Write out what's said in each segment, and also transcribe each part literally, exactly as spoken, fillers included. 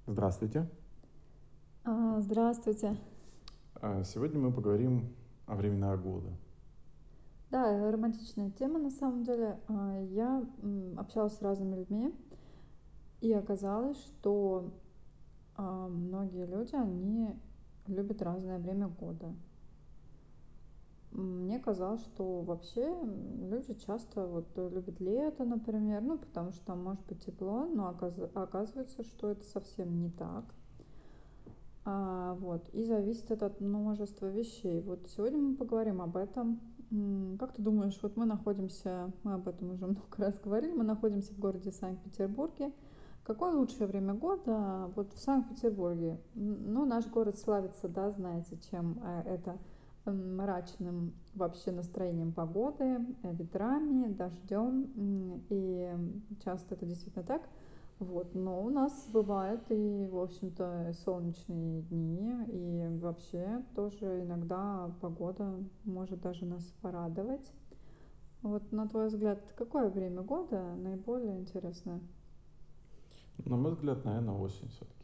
Здравствуйте. А, Здравствуйте. А, Сегодня мы поговорим о временах года. Да, романтичная тема на самом деле. А, Я м, общалась с разными людьми, и оказалось, что а, многие люди, они любят разное время года. М, Мне казалось, что вообще м, люди часто вот э, любят лето, например, ну, потому что там может быть тепло, но оказ- оказывается, что это совсем не так. А, вот, и зависит это от множества вещей. Вот сегодня мы поговорим об этом. М, Как ты думаешь, вот мы находимся, мы об этом уже много раз говорили, мы находимся в городе Санкт-Петербурге. Какое лучшее время года вот в Санкт-Петербурге? М, Ну, наш город славится, да, знаете, чем э, это м, мрачным вообще настроением погоды, э, ветрами, дождем. м, И часто это действительно так. Вот, но у нас бывают и, в общем-то, солнечные дни, и вообще тоже иногда погода может даже нас порадовать. Вот, на твой взгляд, какое время года наиболее интересное? На мой взгляд, наверное, осень все-таки.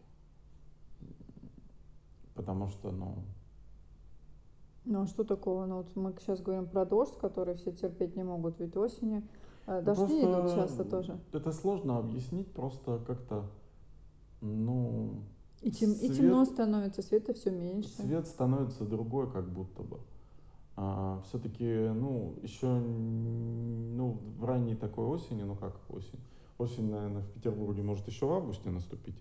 Потому что, ну, Ну, а что такого? Ну, вот мы сейчас говорим про дождь, который все терпеть не могут, ведь осенью э, ну дожди идут просто часто тоже. это сложно объяснить, просто как-то, ну, И, тем, и свет, темно становится, света все меньше. свет становится другой, как будто бы. А, все-таки, ну, еще, ну, в ранней такой осени, ну как осень? Осень, наверное, в Петербурге может еще в августе наступить.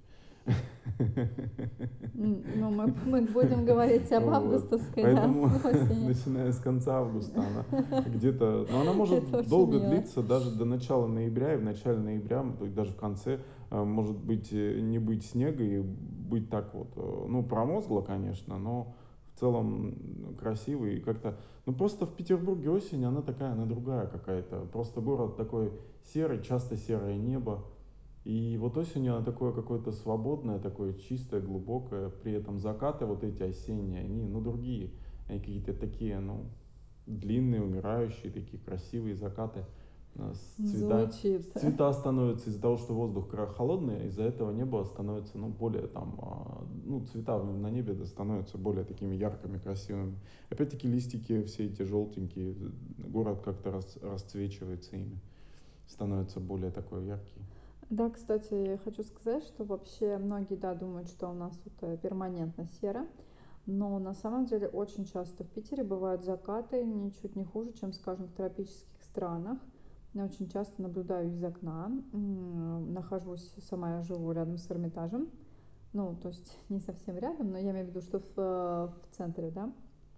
М, Ну, мы, мы будем говорить об Вот. августовской, да, Поэтому, осени. начиная с конца августа, она где-то, ну, она Это может очень долго мило. длиться, даже до начала ноября, и в начале ноября, то есть даже в конце, э, может быть, э, не быть снега и быть так вот, э, ну, промозгло, конечно, но в целом м, красиво и как-то, ну, просто в Петербурге осень, она такая, она другая какая-то, просто город такой серый, часто серое небо, и вот осенью она такое какое-то свободное, такое чистое, глубокое, при этом закаты вот эти осенние, они, ну, другие, они какие-то такие, ну, длинные, умирающие, такие красивые закаты, э, с цвета, Звучит. цвета становятся из-за того, что воздух холодный, из-за этого небо становится, ну, более там, а, ну, цвета на небе становятся более такими яркими, красивыми. Опять-таки листики все эти желтенькие, город как-то рас, расцвечивается ими, становится более такой яркий. Да, кстати, я хочу сказать, что вообще многие, да, думают, что у нас вот э, перманентно серо, но на самом деле очень часто в Питере бывают закаты ничуть не хуже, чем, скажем, в тропических странах. Я очень часто наблюдаю из окна, м, нахожусь, сама я живу рядом с Эрмитажем, ну, то есть не совсем рядом, но я имею в виду, что в, э, в центре, да,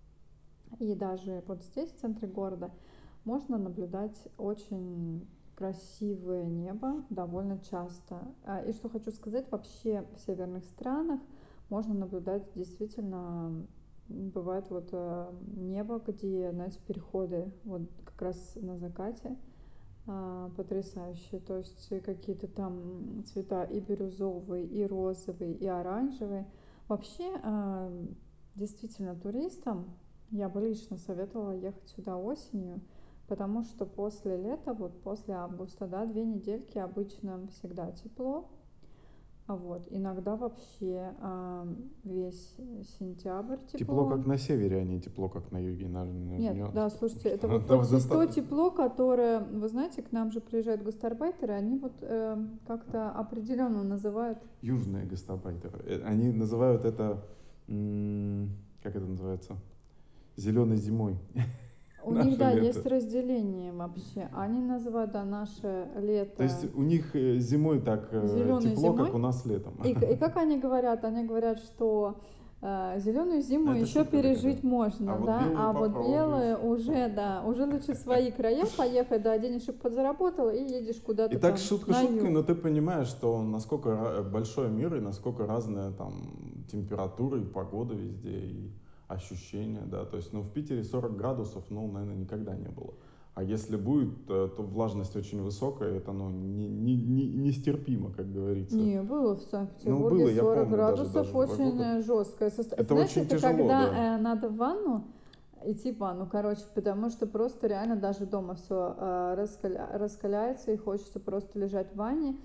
и даже вот здесь, в центре города, можно наблюдать очень красивое небо довольно часто. А, И что хочу сказать, вообще в северных странах можно наблюдать действительно, бывает вот э, небо, где, знаете, переходы вот как раз на закате а, потрясающие. То есть какие-то там цвета и бирюзовые, и розовые, и оранжевые. Вообще, а, действительно, туристам я бы лично советовала ехать сюда осенью, потому что после лета, вот после августа, да, две недельки обычно всегда тепло. А вот иногда вообще а, весь сентябрь Тепло, тепло. как на севере, а не тепло, как на юге. Надо нужно Нет, нюанс, да, потому слушайте, это что вот то, там те- то достаточно. тепло, которое, вы знаете, к нам же приезжают гастарбайтеры, они вот э, как-то определенно называют. Южные гастарбайтеры. Э, Они называют это, м, как это называется, зеленой зимой. У них, Наше да, лето. есть разделение вообще. Они называют, да, наше То лето есть у них э, зимой так э, зеленой тепло, как зимой. у нас летом. И, к- и как они говорят? Они говорят, что э, зеленую зиму Но это еще шутка такая, да. пережить А можно, вот да, белую а вот попробуешь. белое уже, да, уже лучше в свои края поехать, да, денежек подзаработал и едешь И куда-то так там шутка на шуткой, но юг. ты понимаешь, что насколько ра- большой мир и насколько разная там температура и погода везде, и ощущения, да. То есть, ну, в Питере сорок градусов, ну, наверное, никогда не было. А если будет, то, то влажность очень высокая, это, ну, не, не, не- нестерпимо, как говорится. Не, было в Ну, Санкт-Петербурге было, я сорок помню, даже, градусов, даже два очень года. э, жесткое состояние. Это Знаете, очень это тяжело, да. когда э, надо в ванну, идти в ванну, короче, потому что просто реально даже дома все раскаля... раскаляется и хочется просто лежать в ванне.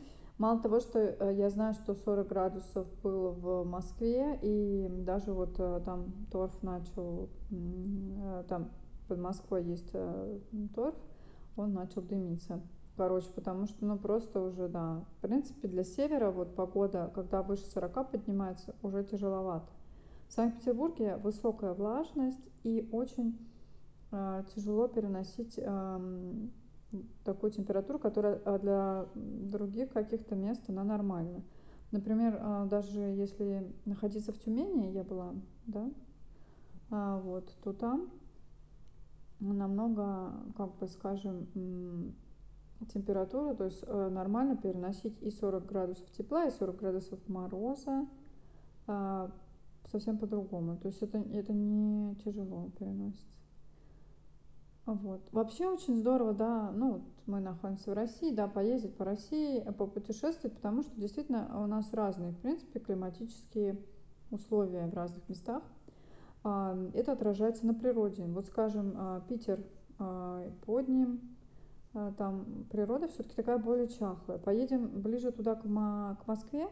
Мало того, что э, я знаю, что сорок градусов было в Москве, и даже вот э, там торф начал, м, э, там под Москвой есть э, торф, он начал дымиться. Короче, потому что, ну, просто уже, да, в принципе, для севера вот погода, когда выше сорока поднимается, уже тяжеловато. В Санкт-Петербурге высокая влажность и очень э, тяжело переносить эм, такую температуру, которая э, для других каких-то мест она нормальна. Например, э, даже если находиться в Тюмени, я была, да, а, вот, то там намного, как бы скажем, м, температура, то есть э, нормально переносить и сорок градусов тепла, и сорок градусов мороза, а, совсем по-другому. То есть это, это не тяжело переносится. Вот. Вообще очень здорово, да, ну, вот мы находимся в России, да, поездить по России, э, попутешествовать, потому что действительно у нас разные, в принципе, климатические условия в разных местах. А, Это отражается на природе. Вот, скажем, а, Питер, а, под ним, а, там природа все-таки такая более чахлая. Поедем ближе туда, к, Мо- к Москве,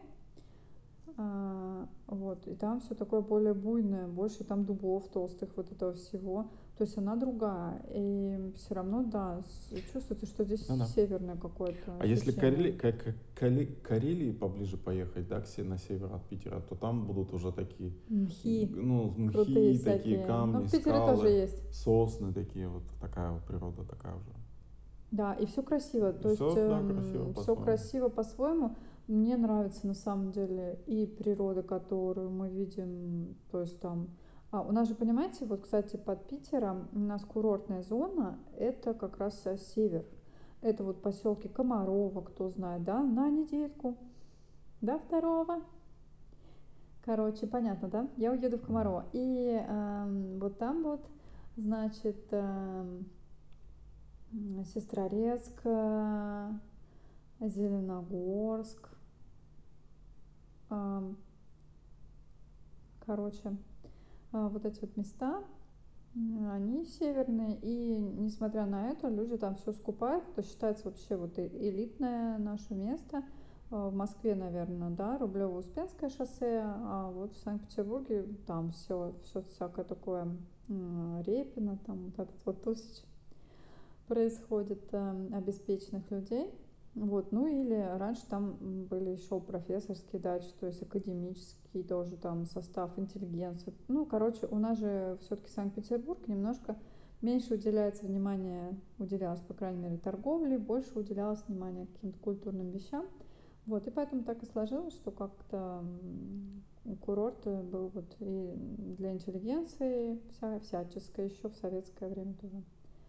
а, вот, и там все такое более буйное, больше там дубов толстых, вот этого всего. То есть она другая. И все равно, да, с- чувствуется, что здесь Ну да. северное какое-то А если к Карелии, ощущение. к, к- Кали- Карелии поближе поехать, да, к се- на север от Питера, то там будут уже такие, Мхи ну, крутые мхи, такие всякие. Но камни, в Питере тоже скалы, есть. сосны такие, вот такая вот природа такая уже. Да, и все красиво. И То есть все, да, красиво все по-своему. красиво по-своему. Мне нравится на самом деле и природа, которую мы видим. То есть там а, у нас же, понимаете, вот, кстати, под Питером у нас курортная зона, это как раз э, север. Это вот поселки Комарова, кто знает, да, на недельку. До второго. Короче, понятно, да? Я уеду в Мгм. Комарово. И эм, вот там вот, значит, эм, м, Сестрорецк, э, Зеленогорск. Ам, Короче, а, вот эти вот места, м, они северные, и несмотря на это, люди там все скупают. Это считается вообще вот э- элитное наше место. А, В Москве, наверное, да, Рублево-Успенское шоссе, а вот в Санкт-Петербурге там все, все всякое такое, м, Репино, там вот этот вот тусич происходит, эм, обеспеченных людей. Вот, ну или раньше там м, были еще профессорские дачи, то есть академический тоже там состав, интеллигенции. Ну, короче, у нас же все-таки Санкт-Петербург немножко меньше уделяется внимания, уделялось, по крайней мере, торговле, больше уделялось внимания каким-то культурным вещам. Вот, и поэтому так и сложилось, что как-то м, курорт был вот и для интеллигенции вся, всяческой, еще в советское время тоже.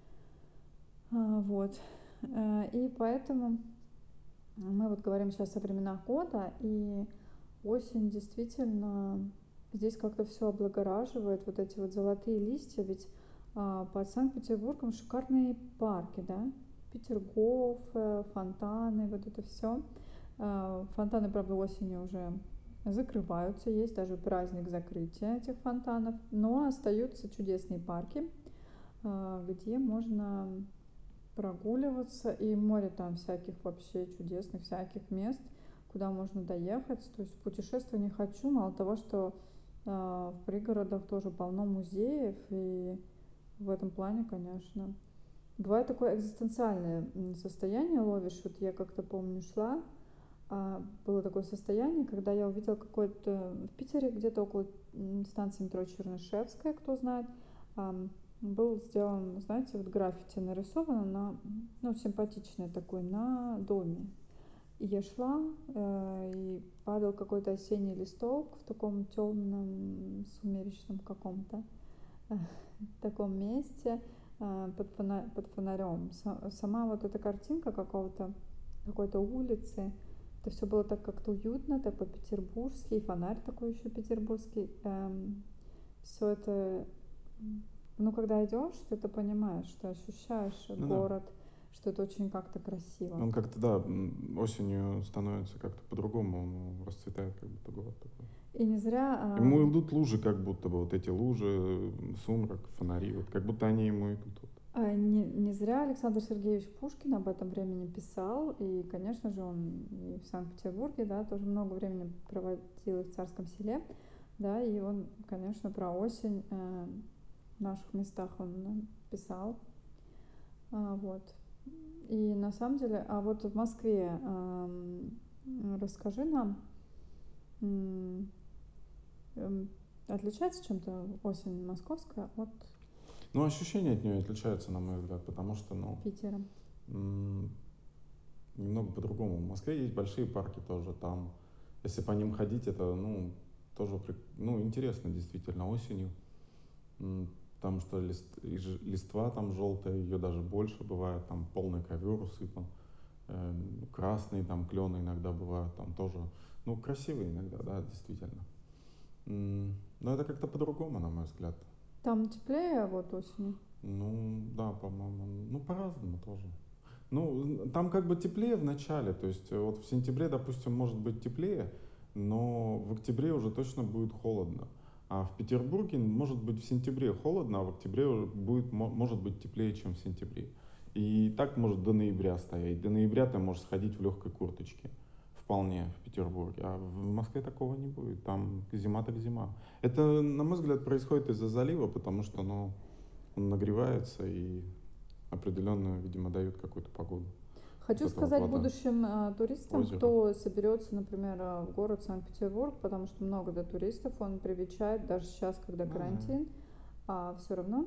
А, Вот. Э, И поэтому мы вот говорим сейчас о временах года, и осень действительно здесь как-то все облагораживает, вот эти вот золотые листья, ведь а, под Санкт-Петербургом шикарные парки, да, Петергоф, э, фонтаны, вот это все. Фонтаны, правда, осенью уже закрываются, есть даже праздник закрытия этих фонтанов, но остаются чудесные парки, а, где можно прогуливаться, и море там всяких вообще чудесных всяких мест, куда можно доехать. То есть путешествовать не хочу, мало того, что э, в пригородах тоже полно музеев, и в этом плане, конечно. Бывает такое экзистенциальное состояние ловишь. Вот я как-то помню шла, а, было такое состояние, когда я увидела какой-то в Питере, где-то около станции метро Чернышевская, кто знает, был сделан, знаете, вот граффити нарисовано на, ну, симпатичное такое, на доме. И я шла, э, и падал какой-то осенний листок в таком темном, сумеречном каком-то э, таком месте, э, под, фона- под фонарем. Сама вот эта картинка какого-то, какой-то улицы, это все было так как-то уютно, так по-петербургски, и фонарь такой еще петербургский. Эм, все это, ну, когда идешь, ты это понимаешь, что ощущаешь Ну да. город, что это очень как-то красиво. Он как-то, да, м, осенью становится как-то по-другому, он расцветает как будто город такой. И не зря, Ему ам, идут лужи, как будто бы, вот эти лужи, м, сумрак, фонари, вот как будто они ему идут. Вот. А, Не, не зря Александр Сергеевич Пушкин об этом времени писал, и, конечно же, он и в Санкт-Петербурге, да, тоже много времени проводил и в Царском Селе, да, и он, конечно, про осень э, в наших местах он э, писал, а, вот. И на самом деле, а вот в Москве ам, расскажи нам, м, эм, отличается чем-то осень московская от Ну, ощущения от нее отличаются, на мой взгляд, потому что, ну, Питера? м, немного по-другому. В Москве есть большие парки тоже, там, если по ним ходить, это, ну, тоже, прик- ну, интересно действительно осенью. М, Потому что лист, и ж- листва там желтая, ее даже больше бывает, там полный ковер усыпан. Э, красные там клены иногда бывают, там тоже, ну, красивые иногда, да, действительно. М, Но это как-то по-другому, на мой взгляд. Там теплее вот осенью? Ну, да, по-моему, ну, по-разному тоже. Ну, там как бы теплее в начале, то есть э, вот в сентябре, допустим, может быть теплее, но в октябре уже точно будет холодно. А в Петербурге может быть в сентябре холодно, а в октябре уже будет, мо- может быть теплее, чем в сентябре. И так может до ноября стоять. До ноября ты можешь сходить в легкой курточке. Вполне в Петербурге. А в Москве такого не будет. Там зима так зима. Это, на мой взгляд, происходит из-за залива, потому что, ну, он нагревается и определенно, видимо, дает какую-то погоду. Вот Хочу это вот сказать вода, будущим э, туристам, озеро. кто соберется, например, э, в город Санкт-Петербург, потому что много да, туристов, он привечает, даже сейчас, когда Ну да. карантин, а все равно.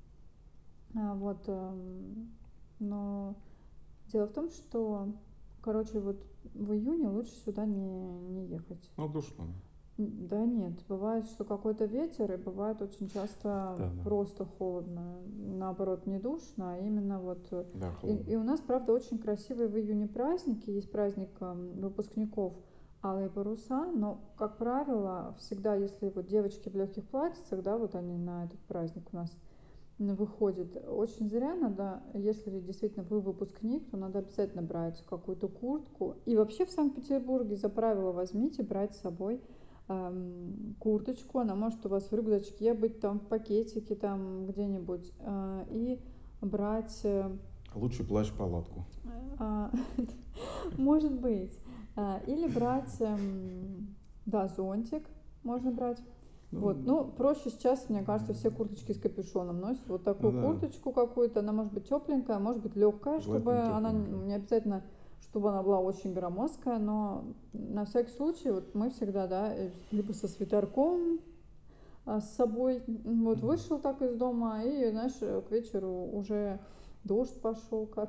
А, вот, эм, но дело в том, что, короче, вот в июне лучше сюда не, не ехать. Ну, душно. Н- Да нет, бывает, что какой-то ветер, и бывает очень часто Да, да. просто холодно. Наоборот, не душно, а именно вот... э, Да, И, холодно. и у нас, правда, очень красивые в июне праздники. Есть праздник эм, выпускников Алые паруса, но, как правило, всегда, если вот девочки в легких платьицах, да, вот они на этот праздник у нас м, выходят, очень зря надо, если действительно вы выпускник, то надо обязательно брать какую-то куртку. И вообще в Санкт-Петербурге за правило возьмите брать с собой эм, курточку, она может у вас в рюкзачке быть, там, в пакетике, там, где-нибудь, э, и брать, э, Лучше плащ-палатку. а, может быть, а, или брать, эм, да, зонтик можно брать. Ну, Вот, ну, проще сейчас, мне кажется, все курточки с капюшоном носят. Вот ну такую да, курточку какую-то, она может быть тепленькая, может быть легкая, чтобы желательно она тепленькая. не обязательно, чтобы она была очень громоздкая, но на всякий случай вот мы всегда, да, э, либо со свитерком, а, с собой. Вот Мгм. вышел так из дома, и, знаешь, к вечеру уже дождь пошел, короче.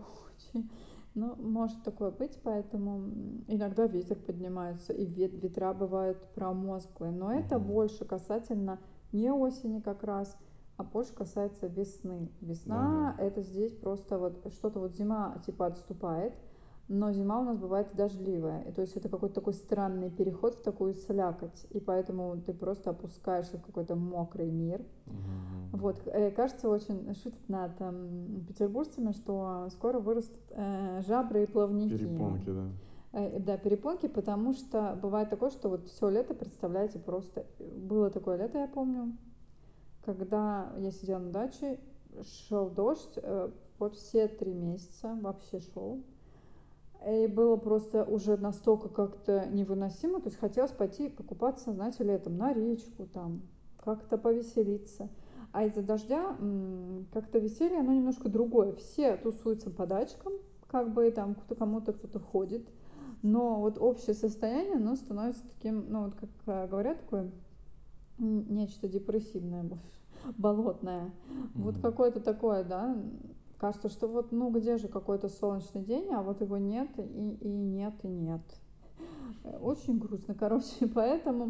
Ну, может такое быть, поэтому иногда ветер поднимается, и вет- ветра бывают промозглые. Но это Мгм. больше касательно не осени как раз, а больше касается весны. Да, да. Весна это здесь просто вот что-то вот зима типа отступает, но зима у нас бывает дождливая. И то есть это какой-то такой странный переход в такую слякоть. И поэтому ты просто опускаешься в какой-то мокрый мир. Мгм. Вот, э, кажется, очень шутят над эм, петербуржцами, что скоро вырастут э, жабры и плавники. Перепонки, да. Э, да, перепонки, потому что бывает такое, что вот все лето, представляете, просто... Было такое лето, я помню, когда я сидела на даче, шел дождь, э, вот все три месяца вообще шел. И было просто уже настолько как-то невыносимо, то есть хотелось пойти покупаться, знаете, летом на речку там, как-то повеселиться. А из-за дождя м, как-то веселье, оно немножко другое. Все тусуются по дачкам, как бы там кто кому-то кто-то ходит, но вот общее состояние, оно становится таким, ну вот как э, говорят, такое м, нечто депрессивное больше, болотное. Вот Мгм. какое-то такое, да, кажется, что вот, ну где же какой-то солнечный день, а вот его нет, и, и нет, и нет. Э, Очень грустно, короче, поэтому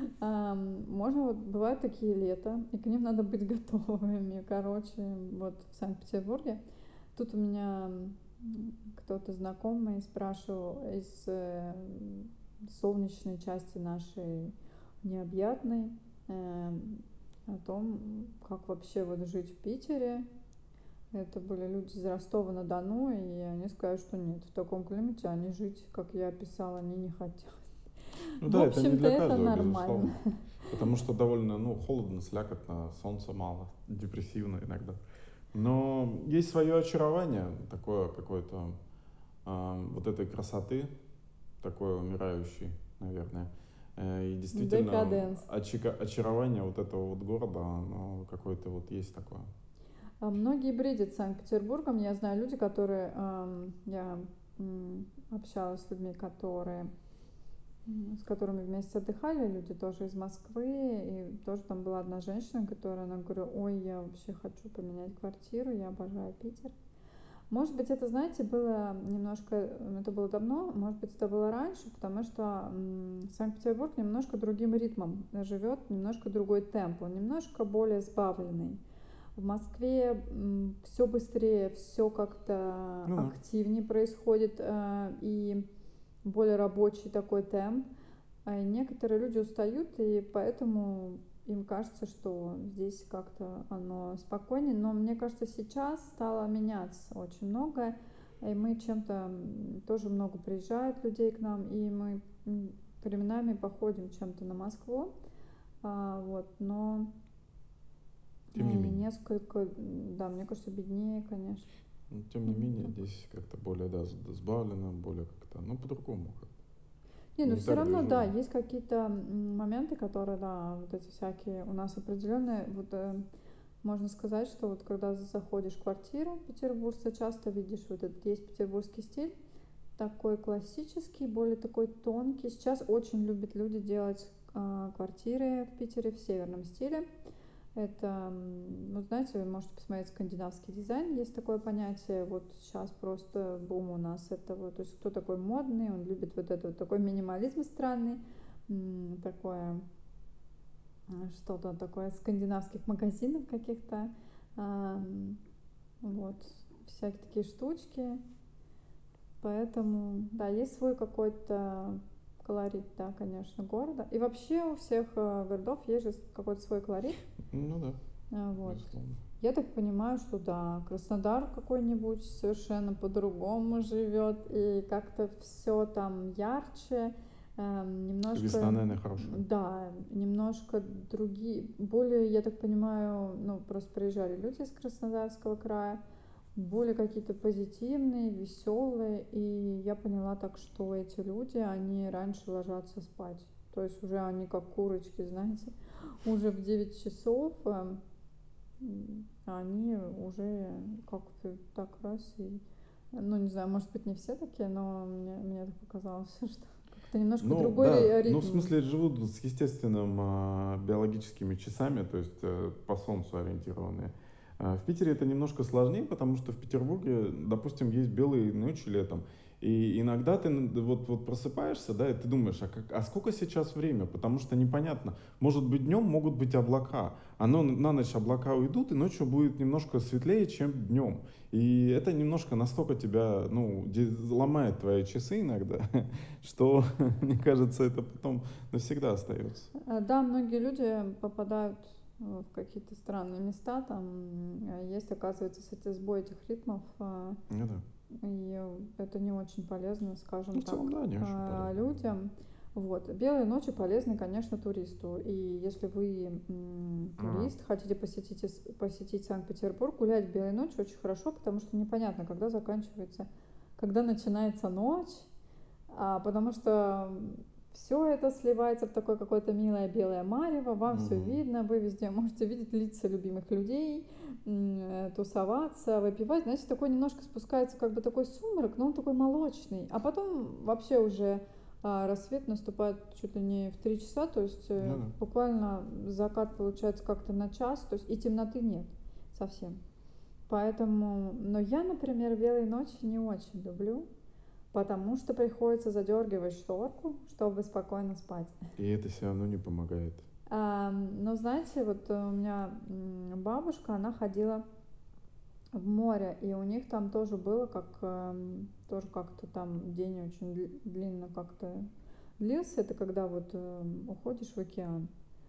ам, можно, вот бывают такие лета, и к ним надо быть готовыми, короче, вот в Санкт-Петербурге. Тут у меня м, кто-то знакомый спрашивал из э, солнечной части нашей необъятной, эм, о том, как вообще вот жить в Питере. Это были люди из Ростова-на-Дону, и они сказали, что нет, в таком климате они жить, как я описала, они не хотят. Ну В да, это не общем-то, для это каждого, нормально. безусловно. Потому что довольно, ну, холодно, слякотно, солнца мало, депрессивно иногда. Но есть свое очарование, такое какое-то а, вот этой красоты, такой умирающей, наверное. Э, И действительно, Декаденс. очика- очарование вот этого вот города, оно какое-то вот есть такое. А Многие бредят Санкт-Петербургом. Я знаю люди, которые... ам, Я м, общалась с людьми, которые м, с которыми вместе отдыхали, люди тоже из Москвы, и тоже там была одна женщина, которая, она говорила, ой, я вообще хочу поменять квартиру, я обожаю Питер. Может быть, это, знаете, было немножко, это было давно, может быть, это было раньше, потому что м, Санкт-Петербург немножко другим ритмом живет, немножко другой темп, он немножко более сбавленный. В Москве все быстрее, все как-то Ну да. активнее происходит, э, и более рабочий такой темп. А некоторые люди устают, и поэтому им кажется, что здесь как-то оно спокойнее. Но мне кажется, сейчас стало меняться очень многое. И мы чем-то м, тоже много приезжают людей к нам, и мы м, временами походим чем-то на Москву. А, вот, но и Тем не менее. несколько, м, да, мне кажется, беднее, конечно. Ну, Тем не Вот менее, так. здесь как-то более, да, с- сбавлено, более как-то, ну, по-другому как-то. Не, ну Не все так равно, да, движово. есть какие-то м, моменты, которые, да, вот эти всякие у нас определенные, вот э, можно сказать, что вот когда заходишь в квартиру петербуржца, часто видишь вот этот есть петербургский стиль, такой классический, более такой тонкий. Сейчас очень любят люди делать а, квартиры в Питере в северном стиле. Это, м, ну, знаете, вы можете посмотреть скандинавский дизайн, есть такое понятие, вот сейчас просто бум у нас этого, то есть кто такой модный, он любит вот это вот такой минимализм странный, м, такое э, что-то такое скандинавских магазинов каких-то, ам, вот, всякие такие штучки, поэтому, да, есть свой какой-то колорит, да, конечно, города, и вообще у всех э, городов есть же какой-то свой колорит. Ну да, А, Вот. безусловно. Я так понимаю, что да, Краснодар какой-нибудь совершенно по-другому живет, и как-то все там ярче, эм, Весна, немножко, наверное, хорошая. да, немножко другие, более, я так понимаю, ну, просто приезжали люди из Краснодарского края, более какие-то позитивные, веселые, и я поняла так, что эти люди, они раньше ложатся спать, то есть уже они как курочки, знаете, уже в девять часов эм, м, они уже как-то так раз и, ну, не знаю, может быть, не все такие, но мне, мне так показалось, что как-то немножко Ну другой да, ри- ну в ритм. смысле живут с естественным а, биологическими часами, то есть э, по солнцу ориентированные. А в Питере это немножко сложнее, потому что в Петербурге, допустим, есть белые ночи летом. И иногда ты н- вот, вот просыпаешься, да, и ты думаешь, а, как, а сколько сейчас время? Потому что непонятно. Может быть, днем могут быть облака, а но на ночь облака уйдут, и ночью будет немножко светлее, чем днем. И это немножко настолько тебя, ну, де- ломает твои часы иногда, что, мне кажется, это потом навсегда остается. А, Да, многие люди попадают э, в какие-то странные места, там э, есть, оказывается, кстати, сбой этих ритмов, а, Ну да. и это не очень полезно, Ну, скажем в так, целом, да, не очень а, полезно. людям. Вот. Белые ночи полезны, конечно, туристу. И если вы м, А, турист, хотите посетить, ис- посетить Санкт-Петербург, гулять в белые ночи очень хорошо, потому что непонятно, когда заканчивается, когда начинается ночь, а, потому что все это сливается в такое какое-то милое белое марево, вам все мгм. видно, вы везде можете видеть лица любимых людей, м, э, тусоваться, выпивать. Знаете, такой немножко спускается как бы такой сумрак, но он такой молочный. А потом вообще уже а, рассвет наступает чуть ли не в три часа, то есть Ну э, да. буквально закат получается как-то на час, то есть и темноты нет совсем. Поэтому, но я, например, белые ночи не очень люблю, потому что приходится задергивать шторку, чтобы спокойно спать. И это все равно не помогает. А, но знаете, вот у меня м, бабушка, она ходила в море, и у них там тоже было, как эм, тоже как-то там день очень дли- длинно как-то длился. Это когда вот эм, уходишь в океан.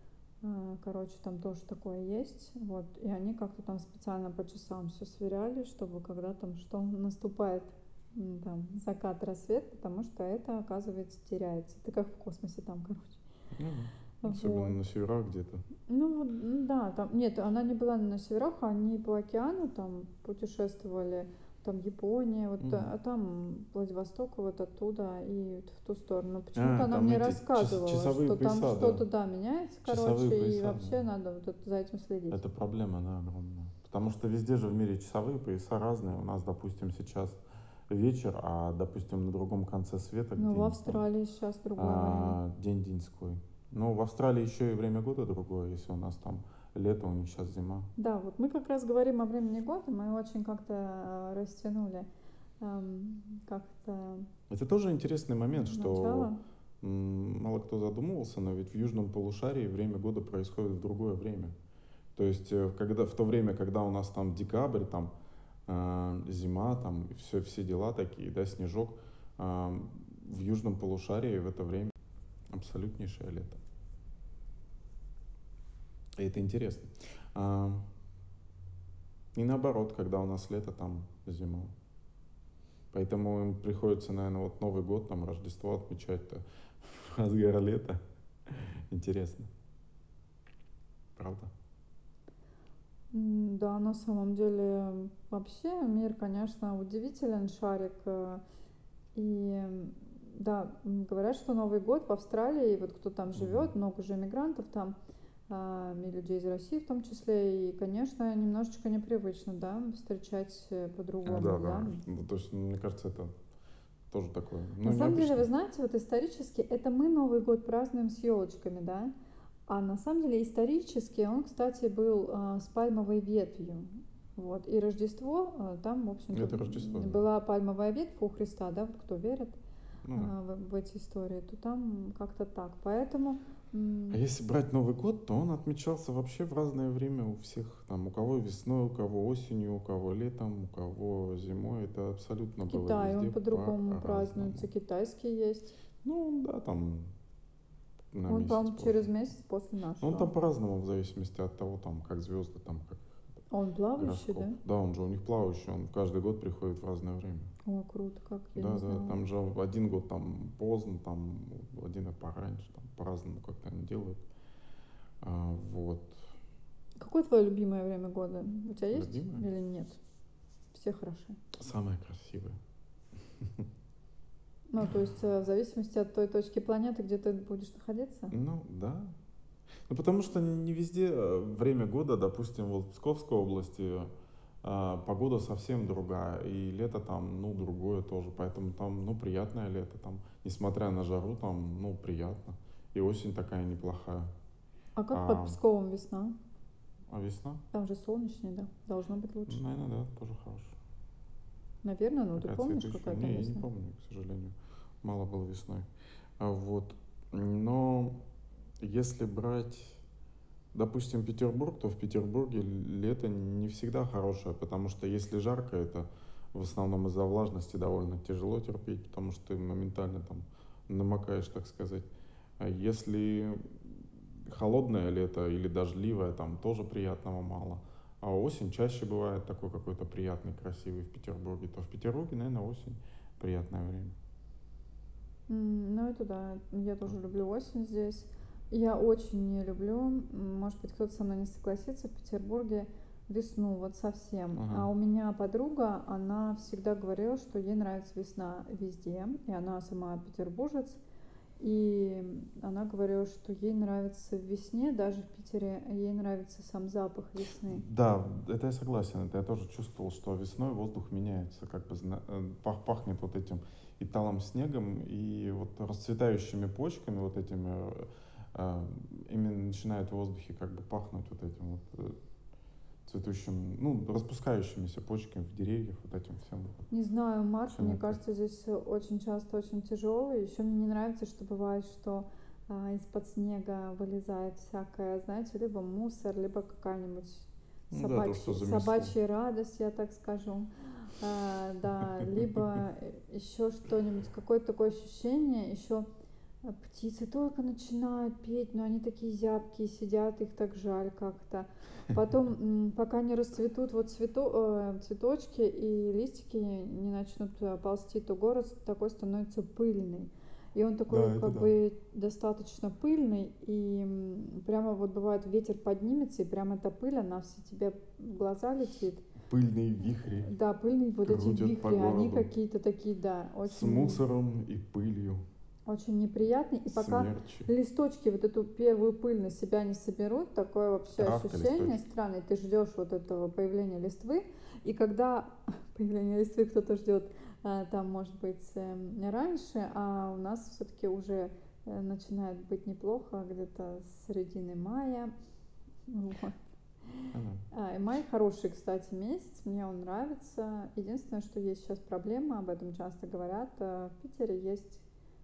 А, Короче, там тоже такое есть. Вот. И они как-то там специально по часам все сверяли, чтобы когда там что наступает м, там закат, рассвет, потому что это, оказывается, теряется. Это как в космосе там, короче. Ну да. Особенно Вот. на северах где-то. Ну вот, м, да, там, нет, она не была на северах, они по океану там путешествовали, там Япония, вот, Мгм. а там Владивосток, вот оттуда и вот в ту сторону. Почему-то А, она там мне эти час- рассказывала, часовые что там пояса, да. что-то, да, меняется, Часовые короче, и пояса, да. вообще надо вот это- за этим следить. Это проблема, да, огромная. Потому что везде же в мире часовые пояса разные. У нас, допустим, сейчас вечер, а, допустим, на другом конце света Ну, в где-нибудь там Австралии сейчас другое время. а, день деньской. Ну, в Австралии еще и время года другое, если у нас там лето, у них сейчас зима. Да, вот мы как раз говорим о времени года, мы очень как-то э, растянули эм, как-то Это тоже интересный момент, что начало. м, мало кто задумывался, но ведь в южном полушарии время года происходит в другое время. То есть, э, когда, в то время, когда у нас там декабрь, там э, зима, там все, все дела такие, да, снежок, э, в южном полушарии в это время абсолютнейшее лето. И это интересно. А, и наоборот, когда у нас лето, там зима. Поэтому им приходится, наверное, вот Новый год, там Рождество отмечать-то в разгар лета. Интересно, правда? М, Да, на самом деле, вообще мир, конечно, удивителен, шарик. э, И м, да, м, говорят, что Новый год в Австралии, вот кто там Мгм. живет, много же иммигрантов там, а, и людей из России в том числе, и, конечно, немножечко непривычно, да, встречать э, Да, по-другому, да. да. Ну, то есть, мне кажется, это тоже такое, На ну, самом деле, вы необычно. знаете, вот исторически это мы Новый год празднуем с елочками, да, а на самом деле исторически он, кстати, был а, с пальмовой ветвью. Вот. И Рождество, а, там, в общем-то, Это Рождество, м, да. была пальмовая ветвь у Христа, да, вот кто верит Ну да. а, в, в эти истории, то там как-то так. Поэтому, А м, если брать Новый год, то он отмечался вообще в разное время у всех. Там у кого весной, у кого осенью, у кого летом, у кого зимой. Это абсолютно было Китай, он везде по-другому празднуется, по-разному. китайский есть. Ну да, там на Он, месяц по-моему, через позже. месяц после Но он там нашего. по-разному, в зависимости от того, там, как звезды, там, как Он плавающий, гороскоп. да? Да, он же у них плавающий, он каждый год приходит в разное время. О, круто, как, я не Да, да, знала. там же один год там поздно, там один год пораньше, там по-разному как-то они делают. А, вот. Какое твое любимое время года? У тебя есть Любимое? или нет? Все хороши. Самое красивое. Ну, то есть э, в зависимости от той точки планеты, где ты будешь находиться? Ну, да. Ну, потому что не везде э, время года, допустим, вот в Псковской области э, погода совсем другая, и лето там, ну, другое тоже, поэтому там, ну, приятное лето, там, несмотря на жару, там, ну, приятно, и осень такая неплохая. А как под А, Псковом весна? а весна? Там же солнечный, да? Должно быть Ну, лучше. наверное, да, тоже хорошо. Наверное, ну ты Такая помнишь, цветущая. какая там Не, я не весна? помню, к сожалению. Мало было весной. А вот. Но если брать, допустим, Петербург, то в Петербурге лето не всегда хорошее, потому что если жарко, это в основном из-за влажности довольно тяжело терпеть, потому что ты моментально там намокаешь, так сказать. А если холодное лето или дождливое, там тоже приятного мало. А осень чаще бывает такой какой-то приятный, красивый в Петербурге. То в Петербурге, наверное, осень приятное время. М, Ну, это да, я тоже люблю осень здесь. Я очень не люблю, м, может быть, кто-то со мной не согласится, в Петербурге весну, вот совсем. Ага. А у меня подруга, она всегда говорила, что ей нравится весна везде, и она сама петербуржец, и она говорила, что ей нравится в весне, даже в Питере, ей нравится сам запах весны. Да, это я согласен. Это я тоже чувствовал, что весной воздух меняется, как бы зна- э, пах- пахнет вот этим и талым снегом, и вот расцветающими почками, вот этими, э, э, именно начинает в воздухе как бы пахнуть вот этим вот э, цветущим, ну, распускающимися почками в деревьях, вот этим всем. Не знаю, март, Все мне на это. кажется, здесь э, очень часто очень тяжелый. Еще мне не нравится, что бывает, что а, из-под снега вылезает всякое, знаете, либо мусор, либо какая-нибудь Ну да, то, что собачья, замесло. собачья радость, я так скажу. А, да, либо еще что-нибудь, какое-то такое ощущение, еще птицы только начинают петь, но они такие зябкие сидят, их так жаль как-то. Потом, м, пока не расцветут вот цвето, э, цветочки и листики не начнут э, ползти, то город такой становится пыльный. и он такой Да, это как да. бы достаточно пыльный, и м, прямо вот бывает ветер поднимется, и прямо эта пыль, она все тебе в глаза летит. Пыльные вихри Да, пыльные вот эти крутят по вихри, они городу какие-то такие, да, с очень, мусором и пылью, очень неприятные. И пока смерчи. листочки вот эту первую пыль на себя не соберут, такое вообще Травка, ощущение листочки. странное. Ты ждешь вот этого появления листвы, и когда появление листвы кто-то ждет, а, там, может быть, эм, раньше, а у нас все-таки уже э, начинает быть неплохо где-то с середины мая. Вот. Ага. А, и май хороший, кстати, месяц, мне он нравится. Единственное, что есть сейчас проблема, об этом часто говорят, э, в Питере есть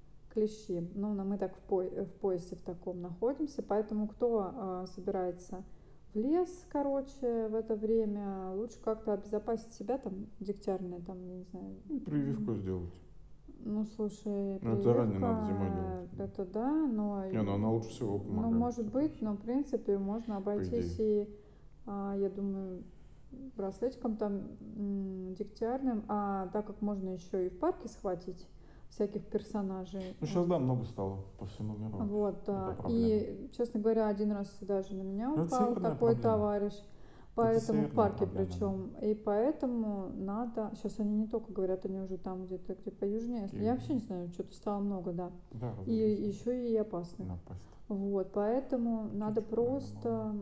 клещи. Ну, но мы так в, по- в поясе в таком находимся, поэтому кто э, собирается в лес, короче, в это время, лучше как-то обезопасить себя, там, дегтярные, там, я не знаю. Ну, прививку сделать. Ну, слушай, Ну, это заранее надо зимой прививка, делать. это да, но, Не, ну она лучше всего ну, помогает, может это быть, точно. но, в принципе, можно По обойтись идее. и, а, я думаю, браслетиком там м, дегтярным, а так как можно еще и в парке схватить всяких персонажей. Ну, сейчас, да, много стало по всему миру вообще. Вот, Это да. проблема. И, честно говоря, один раз даже на меня Ну, это упал северная такой проблема. товарищ, Это поэтому в северная парке проблема, да. причем. И поэтому надо, сейчас они не только говорят, они уже там где-то, где поюжнее. Я Такие, вообще не знаю, что-то стало много, да. да, И разновесов. еще и опасных. Напасть. Вот, поэтому надо Чуть-чуть, наверное, просто мало.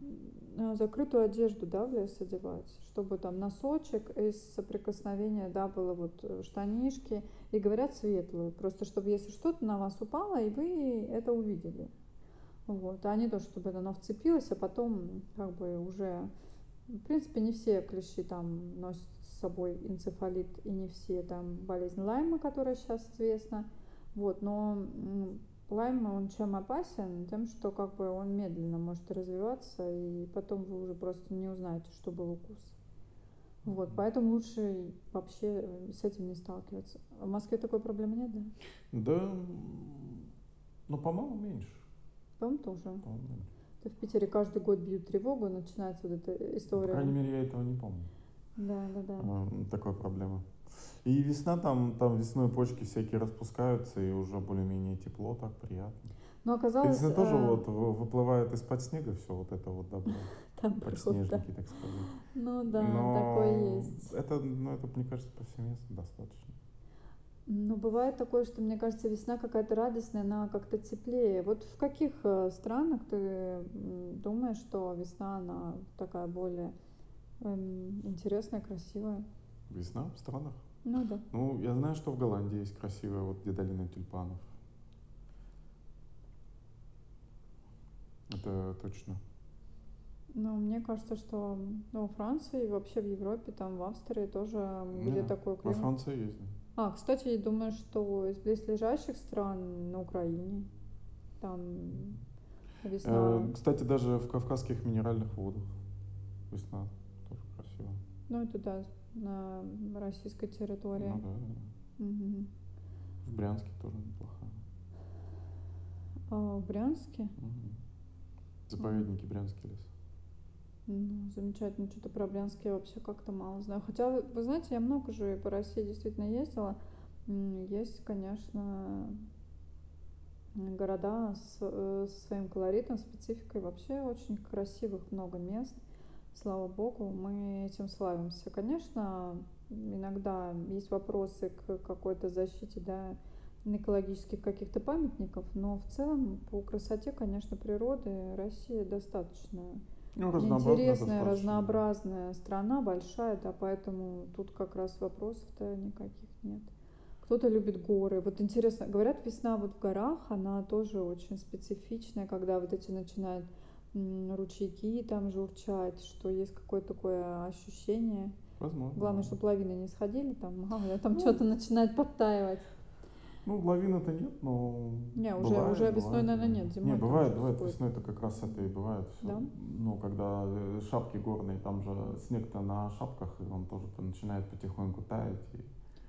м, э, закрытую одежду, да, в лес одевать, чтобы там носочек из соприкосновения, да, было вот э, штанишки, и говорят светлую, просто чтобы если что-то на вас упало, и вы это увидели. Вот, а не то, чтобы оно вцепилось, а потом как бы уже, в принципе, не все клещи там носят с собой энцефалит, и не все там болезнь Лайма, которая сейчас известна. Вот, но м, Лайм, он чем опасен? Тем, что как бы он медленно может развиваться, и потом вы уже просто не узнаете, что был укус. Вот, поэтому лучше вообще э, с этим не сталкиваться. В Москве такой проблемы нет, да? Да, м, ну, по-моему, меньше. По-моему, тоже. По-моему, меньше. Это в Питере каждый год бьют тревогу, начинается вот эта Ну, по крайней история. мере, я этого не помню. Да, да, да. а, Такой проблемы. И весна там, там весной почки всякие распускаются, и уже более-менее тепло, так приятно. Но оказалось, Единственное, тоже э, вот вы- выплывает из-под снега все вот это вот добро. добро, да. Подснежники, так сказать. Ну да, такое Но есть. это, ну, это, мне кажется, повсеместно достаточно. Но бывает такое, что, мне кажется, весна какая-то радостная, она как-то теплее. Вот в каких э, странах ты м, думаешь, что весна, она такая более эм, интересная, красивая? Весна в странах. Ну да. Ну, я знаю, что в Голландии есть красивая, вот где долина тюльпанов. Это точно. Но мне кажется, что ну, во Франции и вообще в Европе, там в Австрии тоже, м, где Не, такой во климат. Франции есть, да. А, кстати, я думаю, что из близлежащих стран на Украине там весна, Э, Кстати, даже в Кавказских минеральных водах весна тоже красивая. ну это да, на российской территории. Ну да, да. Мгм. В Брянске тоже неплохая. А в Брянске? Мгм. М, Заповедники Брянский лес. Ну, замечательно, что-то про Брянск я вообще как-то мало знаю. Хотя, вы вы знаете, я много же по России действительно ездила. М, Есть, конечно, м, города с, э, со своим колоритом, спецификой. Вообще очень красивых много мест. Слава богу, мы этим славимся. Конечно, иногда есть вопросы к какой-то защите, да, экологических каких-то памятников, но в целом по красоте, конечно, природы Россия достаточно Ну, разнообразная интересная, достаточно. разнообразная страна, большая, да, поэтому тут как раз вопросов-то никаких нет. Кто-то любит горы. Вот интересно, говорят, весна вот в горах, она тоже очень специфичная, когда вот эти начинают м, ручейки там журчать, что есть какое-то такое ощущение. Возможно, Главное, да. чтобы лавины не сходили, там, мало ли, там Ну, что-то начинает подтаивать. ну, лавин-то нет, но Не, уже, бывает, уже весной, бывает, наверное, бывает. нет, Не, зимой там бывает, сейчас бывает, будет. весной это как раз это и бывает все. Да? Ну, когда э, шапки горные, там же снег-то на шапках, и он тоже начинает потихоньку таять. И,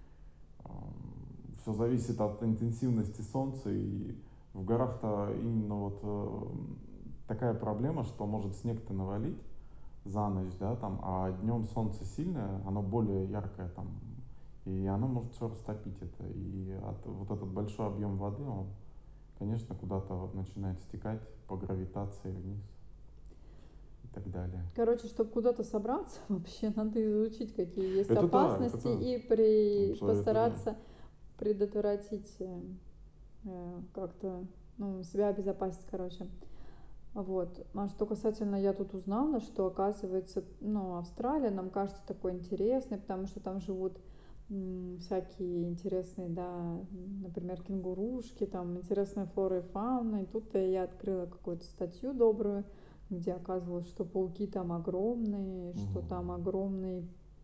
все зависит от интенсивности солнца, и в горах-то именно вот э, такая проблема, что может снег-то навалить за ночь, да, там, а днем солнце сильное, оно более яркое там, И оно может все растопить это. И от, вот этот большой объем воды, он, конечно, куда-то начинает стекать по гравитации вниз и так далее. Короче, чтобы куда-то собраться, вообще надо изучить, какие есть Это да, это опасности, да. и при... Абсолютно да. постараться предотвратить э, э, как-то, ну, себя обезопасить, короче. Вот. А что касательно, я тут узнала, что оказывается, ну, Австралия нам кажется такой интересной, потому что там живут м, всякие интересные, да, например, кенгурушки, там интересная флора и фауна. И тут я открыла какую-то статью добрую, где оказывалось, что пауки там огромные, что Мгм. там огромные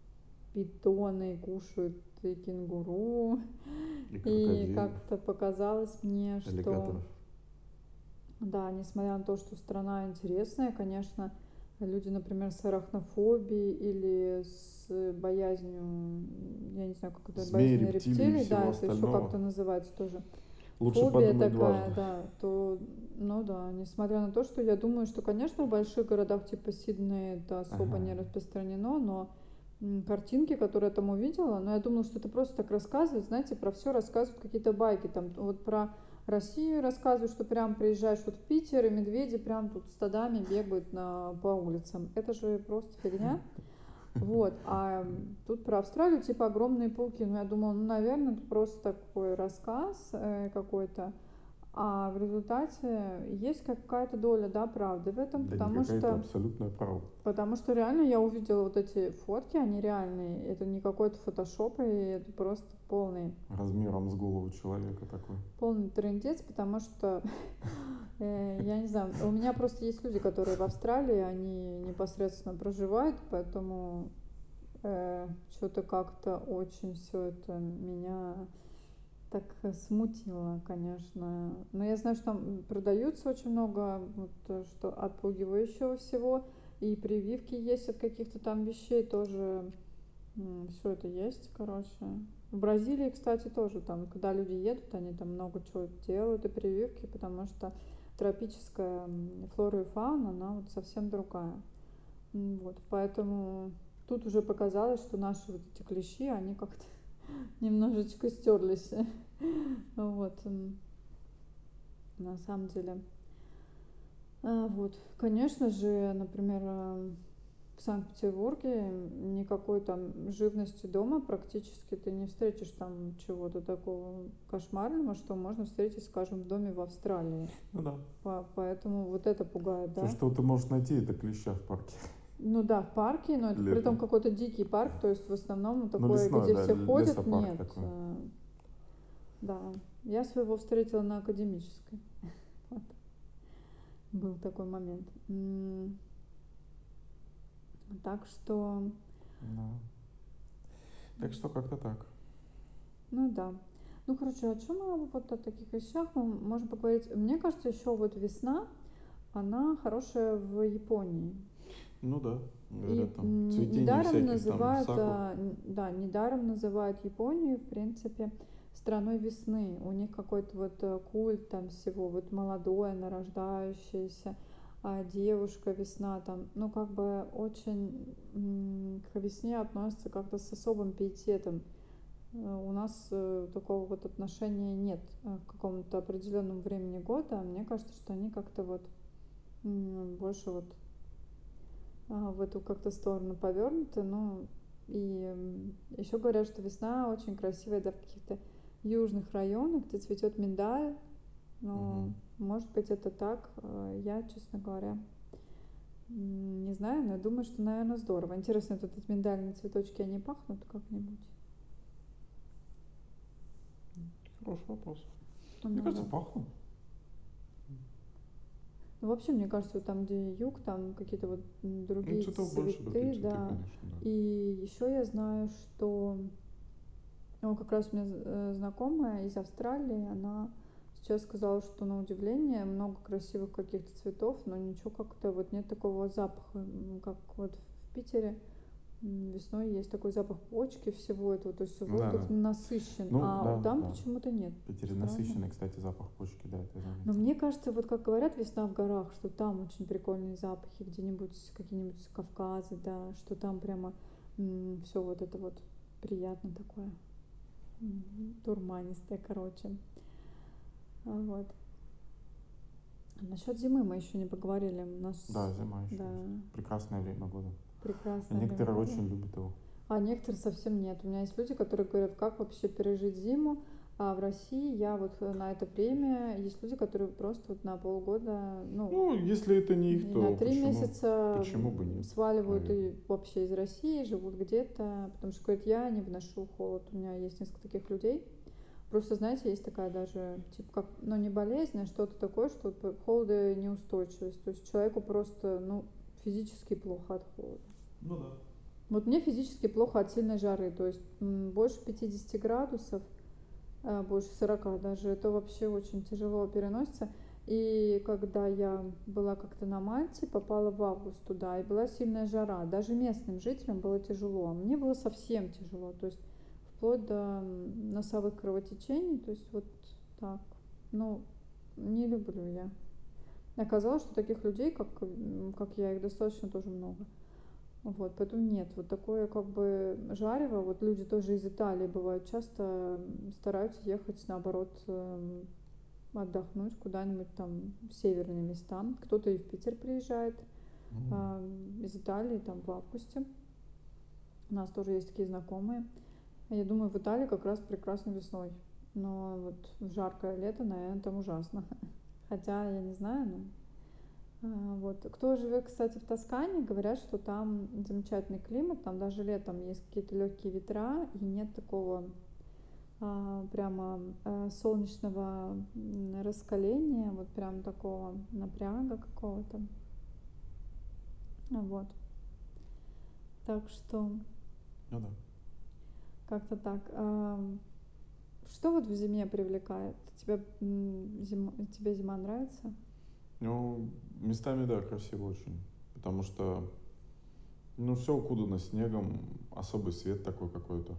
питоны кушают и кенгуру. И И крокодилов, как-то показалось мне, что аллигаторов. да, несмотря на то, что страна интересная, конечно, люди, например, с арахнофобией или с боязнью, я не знаю, как это, Змеи, боязнь рептилий и рептилий, да, всего это еще как-то остального. называется тоже. Лучше Фобия подумать такая, дважды. да, то, ну да, несмотря на то, что я думаю, что, конечно, в больших городах типа Сиднея это особо Ага. не распространено, но м, картинки, которые я там увидела, но я думала, что это просто так рассказывают, знаете, про все рассказывают какие-то байки, там вот про Россию рассказывают, что прям приезжаешь вот в Питер, и медведи прям тут стадами бегают на, по улицам. Это же просто фигня. Вот, а тут про Австралию, типа огромные пауки. Ну, я думала, ну, наверное, это просто такой рассказ э, какой-то. А в результате есть какая-то доля, да, правды в этом, Да не потому какая-то что, абсолютная правда. потому что реально я увидела вот эти фотки, они реальные. Это не какой-то фотошоп, и это просто полный, Размером с голову человека такой. полный трындец, потому что Э, Я не знаю, у меня просто есть люди, которые в Австралии, они непосредственно проживают, поэтому э, что-то как-то очень все это меня так э, смутило, конечно. Но я знаю, что там продаются очень много вот, э, что отпугивающего всего, и прививки есть от каких-то там вещей тоже. Все это есть, короче. В Бразилии, кстати, тоже там, когда люди едут, они там много чего делают и прививки, потому что тропическая м, флора и фауна, она вот совсем другая. М, Вот, поэтому тут уже показалось, что наши вот эти клещи, они как-то немножечко стерлись. Вот, м, на самом деле. А, Вот, конечно же, например, э, в Санкт-Петербурге никакой там живности дома практически ты не встретишь там чего-то такого кошмарного, что можно встретить, скажем, в доме в Австралии. Ну да. По- Поэтому вот это пугает, Все, да? что ты можешь найти, это клеща в парке Ну да, в парке, но это при том летом. какой-то дикий парк, то есть в основном Ну такой, лесной, где да, все ходят, лесопарк нет. такой. э, Да, я своего встретила на Академической. Вот. Был такой момент. М, Так что, Да. Так что как-то так. ну да. Ну, короче, о чем мы вот о таких вещах мы можем поговорить? Мне кажется, еще вот весна, она хорошая в Японии. Ну да, И говорят там м, цветение недаром всяких там называют, сакур. а, н- да, недаром называют Японию, в принципе, страной весны. У них какой-то вот э, культ там всего, вот молодое, нарождающееся, а девушка весна там, ну как бы очень м, к весне относятся как-то с особым пиететом. Э, У нас э, такого вот отношения нет э, к какому-то определенному времени года. Мне кажется, что они как-то вот м, больше вот а, в эту как-то сторону повернуты. Ну, и еще говорят, что весна очень красивая, да, в каких-то южных районах, где цветет миндаль. Мгм. Но, может быть, это так. Э, Я, честно говоря, м, не знаю, но я думаю, что, наверное, здорово. Интересно, вот эти миндальные цветочки, они пахнут как-нибудь? Хороший вопрос. Мне Ну кажется, да. пахнут. Ну, вообще, мне кажется, вот там, где юг, там какие-то вот м, Ну, другие цветов больше, другие цветы, цветы, да. конечно, да. И еще я знаю, что ну, как раз у меня э, знакомая из Австралии, она сейчас сказала, что на удивление много красивых каких-то цветов, но ничего как-то вот нет такого запаха, м, как вот в Питере м, весной есть такой запах почки всего этого, то есть Да, воздух да. насыщен, Ну, а да, там да. почему-то нет. В Питере Странно. насыщенный, кстати, запах почки, да, это я Но заметил. мне кажется, вот как говорят, весна в горах, что там очень прикольные запахи, где-нибудь какие-нибудь с Кавказа, да, что там прямо все вот это вот приятно такое. дурманистая, короче. Вот. Насчет зимы мы еще не поговорили. У нас, Да, зима еще да, есть. Прекрасное время года. И прекрасное время некоторые года. очень любят его. А некоторые совсем нет. У меня есть люди, которые говорят, как вообще пережить зиму. А в России я вот на это время, есть люди, которые просто вот на полгода, ну, Ну, если это не их, и на то три почему, месяца почему бы нет, сваливают наверное. и вообще из России, живут где-то, потому что говорят, я не вношу холод. У меня есть несколько таких людей. Просто, знаете, есть такая даже, типа, как, ну, не болезнь, а что-то такое, что вот холода неустойчивость. То есть человеку просто, ну, физически плохо от холода. Ну да. Вот мне физически плохо от сильной жары, то есть м, больше пятидесяти градусов, а, больше сорока даже, это вообще очень тяжело переносится. И когда я была как-то на Мальте, попала в август туда, и была сильная жара, даже местным жителям было тяжело, а мне было совсем тяжело, то есть вплоть до м, носовых кровотечений, то есть вот так. Ну, не люблю я. Оказалось, что таких людей, как, м, как я, их достаточно тоже много. Вот, поэтому нет, вот такое как бы жарево, вот люди тоже из Италии бывают часто стараются ехать наоборот эм, отдохнуть куда-нибудь там в северные места. Кто-то и в Питер приезжает М. эм, из Италии там в августе. У нас тоже есть такие знакомые. Я думаю, в Италии как раз прекрасно весной. Но вот в жаркое лето, наверное, там ужасно. Хотя я не знаю, но а, вот. Кто живет, кстати, в Тоскане, говорят, что там замечательный климат, там даже летом есть какие-то легкие ветра и нет такого а, прямо а, солнечного м, раскаления, вот прям такого напряга какого-то. Вот. Так что Ну да. как-то так. А, что вот в зиме привлекает? Тебя, м, зима, тебе зима нравится? Ну, местами, да, красиво очень. Потому что, ну, все укутано снегом, особый свет такой какой-то.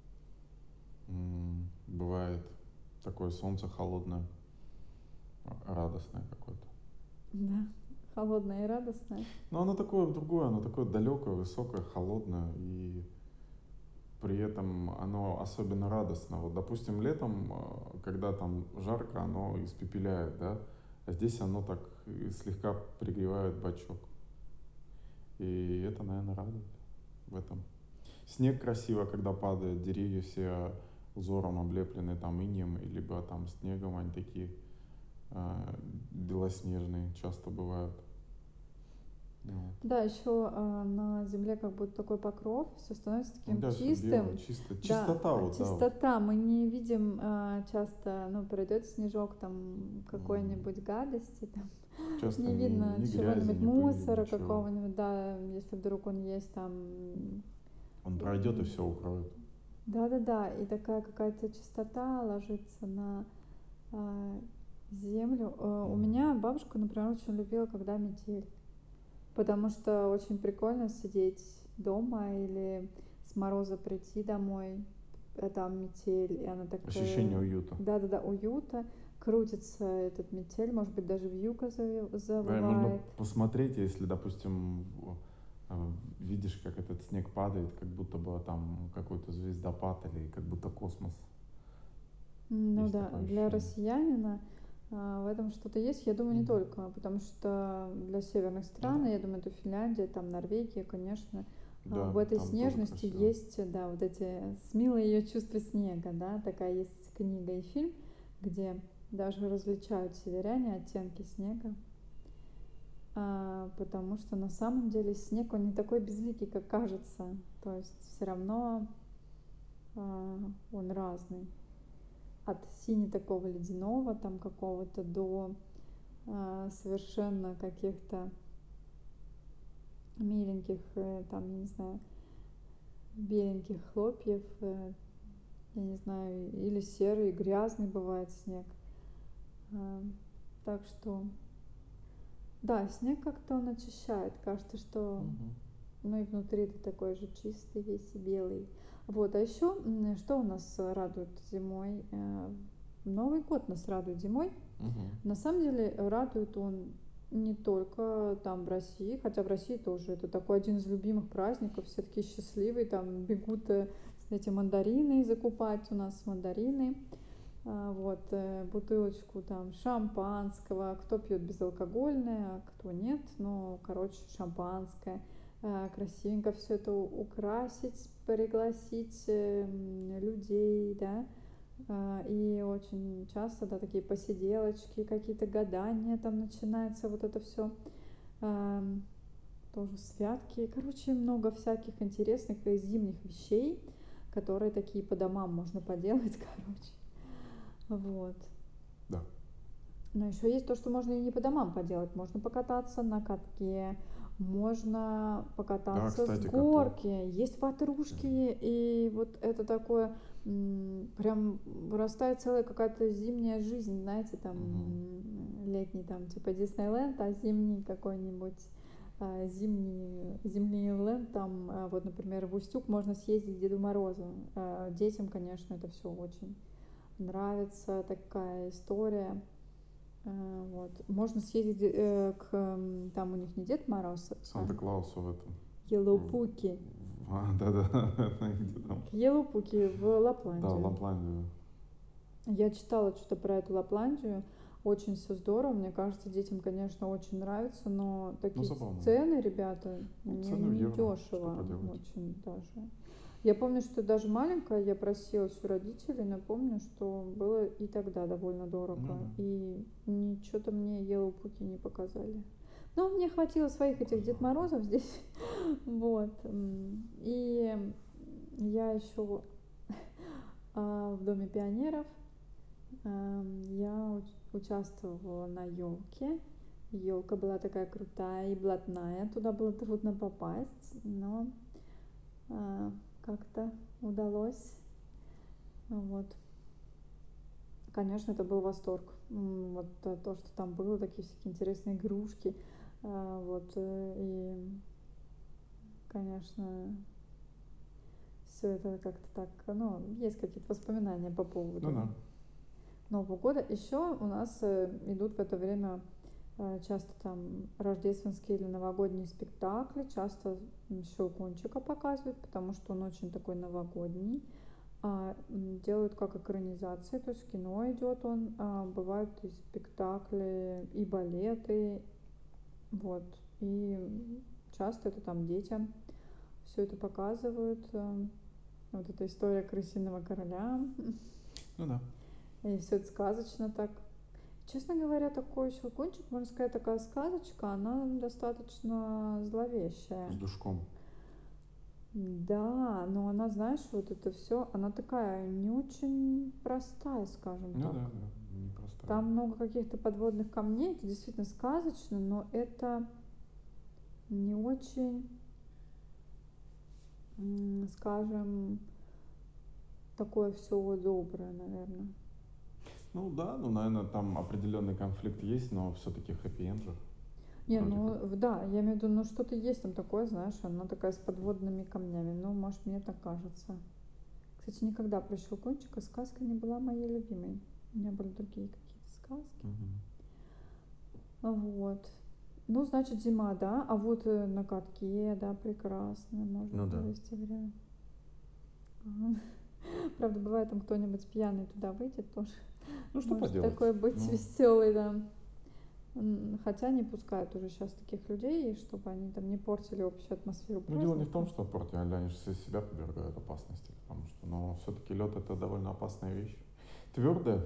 М, Бывает такое солнце холодное, а, радостное какое-то. Да, холодная и радостная. Но оно такое другое, оно такое далекое, высокое, холодное, и при этом оно особенно радостно. Вот, допустим, летом, э, когда там жарко, оно испепеляет, да, а здесь оно так и слегка пригревает бочок. И это, наверное, радует в этом. Снег красиво, когда падает, деревья все узором облеплены там инеем, либо там снегом, они такие э, белоснежные часто бывают. Вот. Да, еще а, на земле как будто такой покров, все становится Ну таким да, все белое, чистым. чисто. Да, Чистота а вот, да, вот. чистота. Мы не видим а, часто, ну, пройдет снежок, там М, какой-нибудь гадости, там Часто не ни, видно ни грязи, чего-нибудь, ни пыли, мусора ничего. какого-нибудь, да, если вдруг он есть там. Он пройдет и все укроет. Да-да-да, и такая какая-то чистота ложится на а, землю. Э, У М. меня бабушка, например, очень любила, когда метель. Потому что очень прикольно сидеть дома или с мороза прийти домой, а там метель, и она так, Ощущение э, уюта. да-да-да, уюта, крутится этот метель, может быть, даже вьюга зави- Да, и можно завывает. посмотреть, если, допустим, в- э, видишь, как этот снег падает, как будто бы там какой-то звездопад или как будто космос. М, Ну Есть да, такое для ощущение. россиянина а, в этом что-то есть. Я думаю, не Мгм. только, потому что для северных Ну стран, да. я думаю, это Финляндия, там Норвегия, конечно, а, Да, в этой там тоже снежности красиво. есть, да, вот эти смелые ее чувства снега, да, такая есть книга и фильм, где даже различают северяне оттенки снега, а, потому что на самом деле снег, он не такой безликий, как кажется, то есть все равно а, он разный. От сине такого ледяного там какого-то до а, совершенно каких-то миленьких, э, там, я не знаю, беленьких хлопьев, э, я не знаю, или серый, грязный бывает снег. А, так что, да, снег как-то он очищает. Кажется, что, Мгм. ну и внутри ты такой же чистый весь и белый. Вот, а еще что у нас радует зимой? Э, Новый год нас радует зимой. Мгм. На самом деле радует он не только там в России, хотя в России тоже это такой один из любимых праздников, все такие счастливые, там бегут э, с эти мандарины закупать, у нас мандарины, а, вот, э, бутылочку там шампанского, кто пьет безалкогольное, а кто нет, ну, короче, шампанское, а, красивенько все это украсить, пригласить э, м, людей, да, а, и очень часто, да, такие посиделочки, какие-то гадания там начинается, вот это все, тоже святки, короче, много всяких интересных и зимних вещей, которые такие по домам можно поделать, короче. Вот. Да. Но еще есть то, что можно и не по домам поделать. Можно покататься на катке, можно Да, покататься с кстати, каток. горки, есть ватрушки, и вот это такое м, прям вырастает целая какая-то зимняя жизнь, знаете, там Мгм. м, летний там типа Диснейленд, а зимний какой-нибудь а, зимний, зимний ленд, там а, вот, например, в Устюг можно съездить к Деду Морозу. А, детям, конечно, это все очень нравится, такая история. А, вот. Можно съездить э, к... м, Там у них не Дед Мороз, а Санта-Клаусу в этом. В- Елупуки. в- а, да-да, это где там? К Елупуки в Да, в Лапландию. Лапландию. Я читала что-то про эту Лапландию. Очень все здорово. Мне кажется, детям, конечно, очень нравится, но Ну, такие забавно. цены, ребята, Ну, не, цены в не евро, что дешево поделать. очень даже. Я помню, что даже маленькая я просилась у родителей, но помню, что было и тогда довольно Ну дорого. да. И ничего-то мне Елупуки не показали. Но мне хватило своих этих Дед Морозов здесь. Вот. м, И я еще а, в Доме пионеров ам, я уч- участвовала на елке. Елка была такая крутая и блатная, туда было трудно попасть, но а, как-то удалось. Вот. Конечно, это был восторг. М, Вот э, то, что там было, такие всякие интересные игрушки. А, Вот. э, И, конечно, все это как-то так, ну, есть какие-то воспоминания по Ну поводу да. Нового года. Еще у нас э, идут в это время э, часто там рождественские или новогодние спектакли, часто Щелкунчика показывают, потому что он очень такой новогодний. А, м, делают как экранизации, то есть в кино идет он, а, бывают и спектакли, и балеты, вот. И часто это там детям все это показывают. э, Вот эта история крысиного короля. Ну да. И все это сказочно так. Честно говоря, такой Щелкунчик, можно сказать, такая сказочка, она достаточно С зловещая. душком. Да, но она, знаешь, вот это все, она такая не очень простая, скажем Ну так. да, да, непростая. Там много каких-то подводных камней, это действительно сказочно, но это не очень, м, скажем, такое все доброе, наверное. Ну да, ну, наверное, там определенный конфликт есть, но все-таки хэппи-энд же. Не, Вроде ну как. в- да, я имею в виду, ну что-то есть там такое, знаешь, она такая с подводными камнями, ну, может, мне так кажется. Кстати, никогда про Щелкунчика сказка не была моей любимой. У меня были другие какие-то сказки. Мгм. Вот. Ну, значит, зима, да. А вот э, на катке, да, прекрасно, можно Ну да. провести время. Ага. Правда, бывает, там кто-нибудь пьяный туда выйдет тоже. Ну что Может поделать? такое быть Ну, веселый, да. М, Хотя не пускают уже сейчас таких людей, чтобы они там не портили общую атмосферу ну дело не в праздника. том, что портят, а они же себя подвергают опасности, потому что, ну, все-таки лед это довольно опасная вещь. Твердая.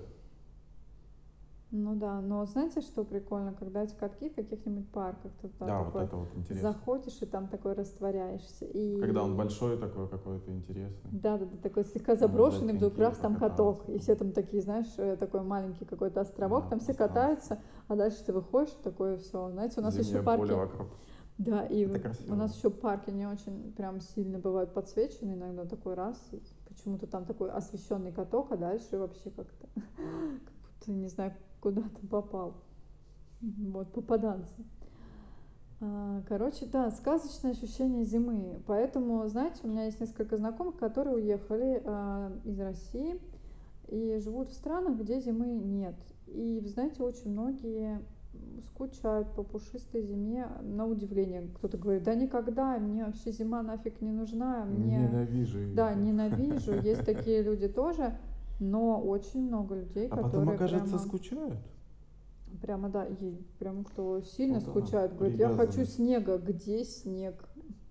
Ну да, но знаете, что прикольно, когда эти катки в каких-нибудь парках, ты туда Да, вот такой это вот интересно. заходишь и там такой растворяешься. Когда он И большой такой какой-то интересный. да, да, да, такой слегка Можно взять заброшенный, вдруг пеньки, раз там покататься каток, и там. все там такие, знаешь, э, такой маленький какой-то островок, Да, там все пространство. катаются, а дальше ты выходишь, такое все. Знаете, у нас еще Зимнее поле парки, вокруг. да, и Это у красиво, нас да. еще парки не очень прям сильно бывают подсвечены, иногда такой раз, и почему-то там такой освещенный каток, а дальше вообще как-то, как будто, не знаю, куда ты попал. Вот, попаданцы. А, Короче, да, сказочное ощущение зимы. Поэтому, знаете, у меня есть несколько знакомых, которые уехали а, из России и живут в странах, где зимы нет. И, вы знаете, очень многие скучают по пушистой зиме, на удивление. Кто-то говорит, да никогда, мне вообще зима нафиг не нужна, мне, Ненавижу да, ее. ненавижу. Есть такие люди тоже, но очень много людей, А потом, которые окажется, прямо, скучают. прямо, да, и прям кто сильно Ну да, скучают, говорит, я хочу привязанность. снега, где снег?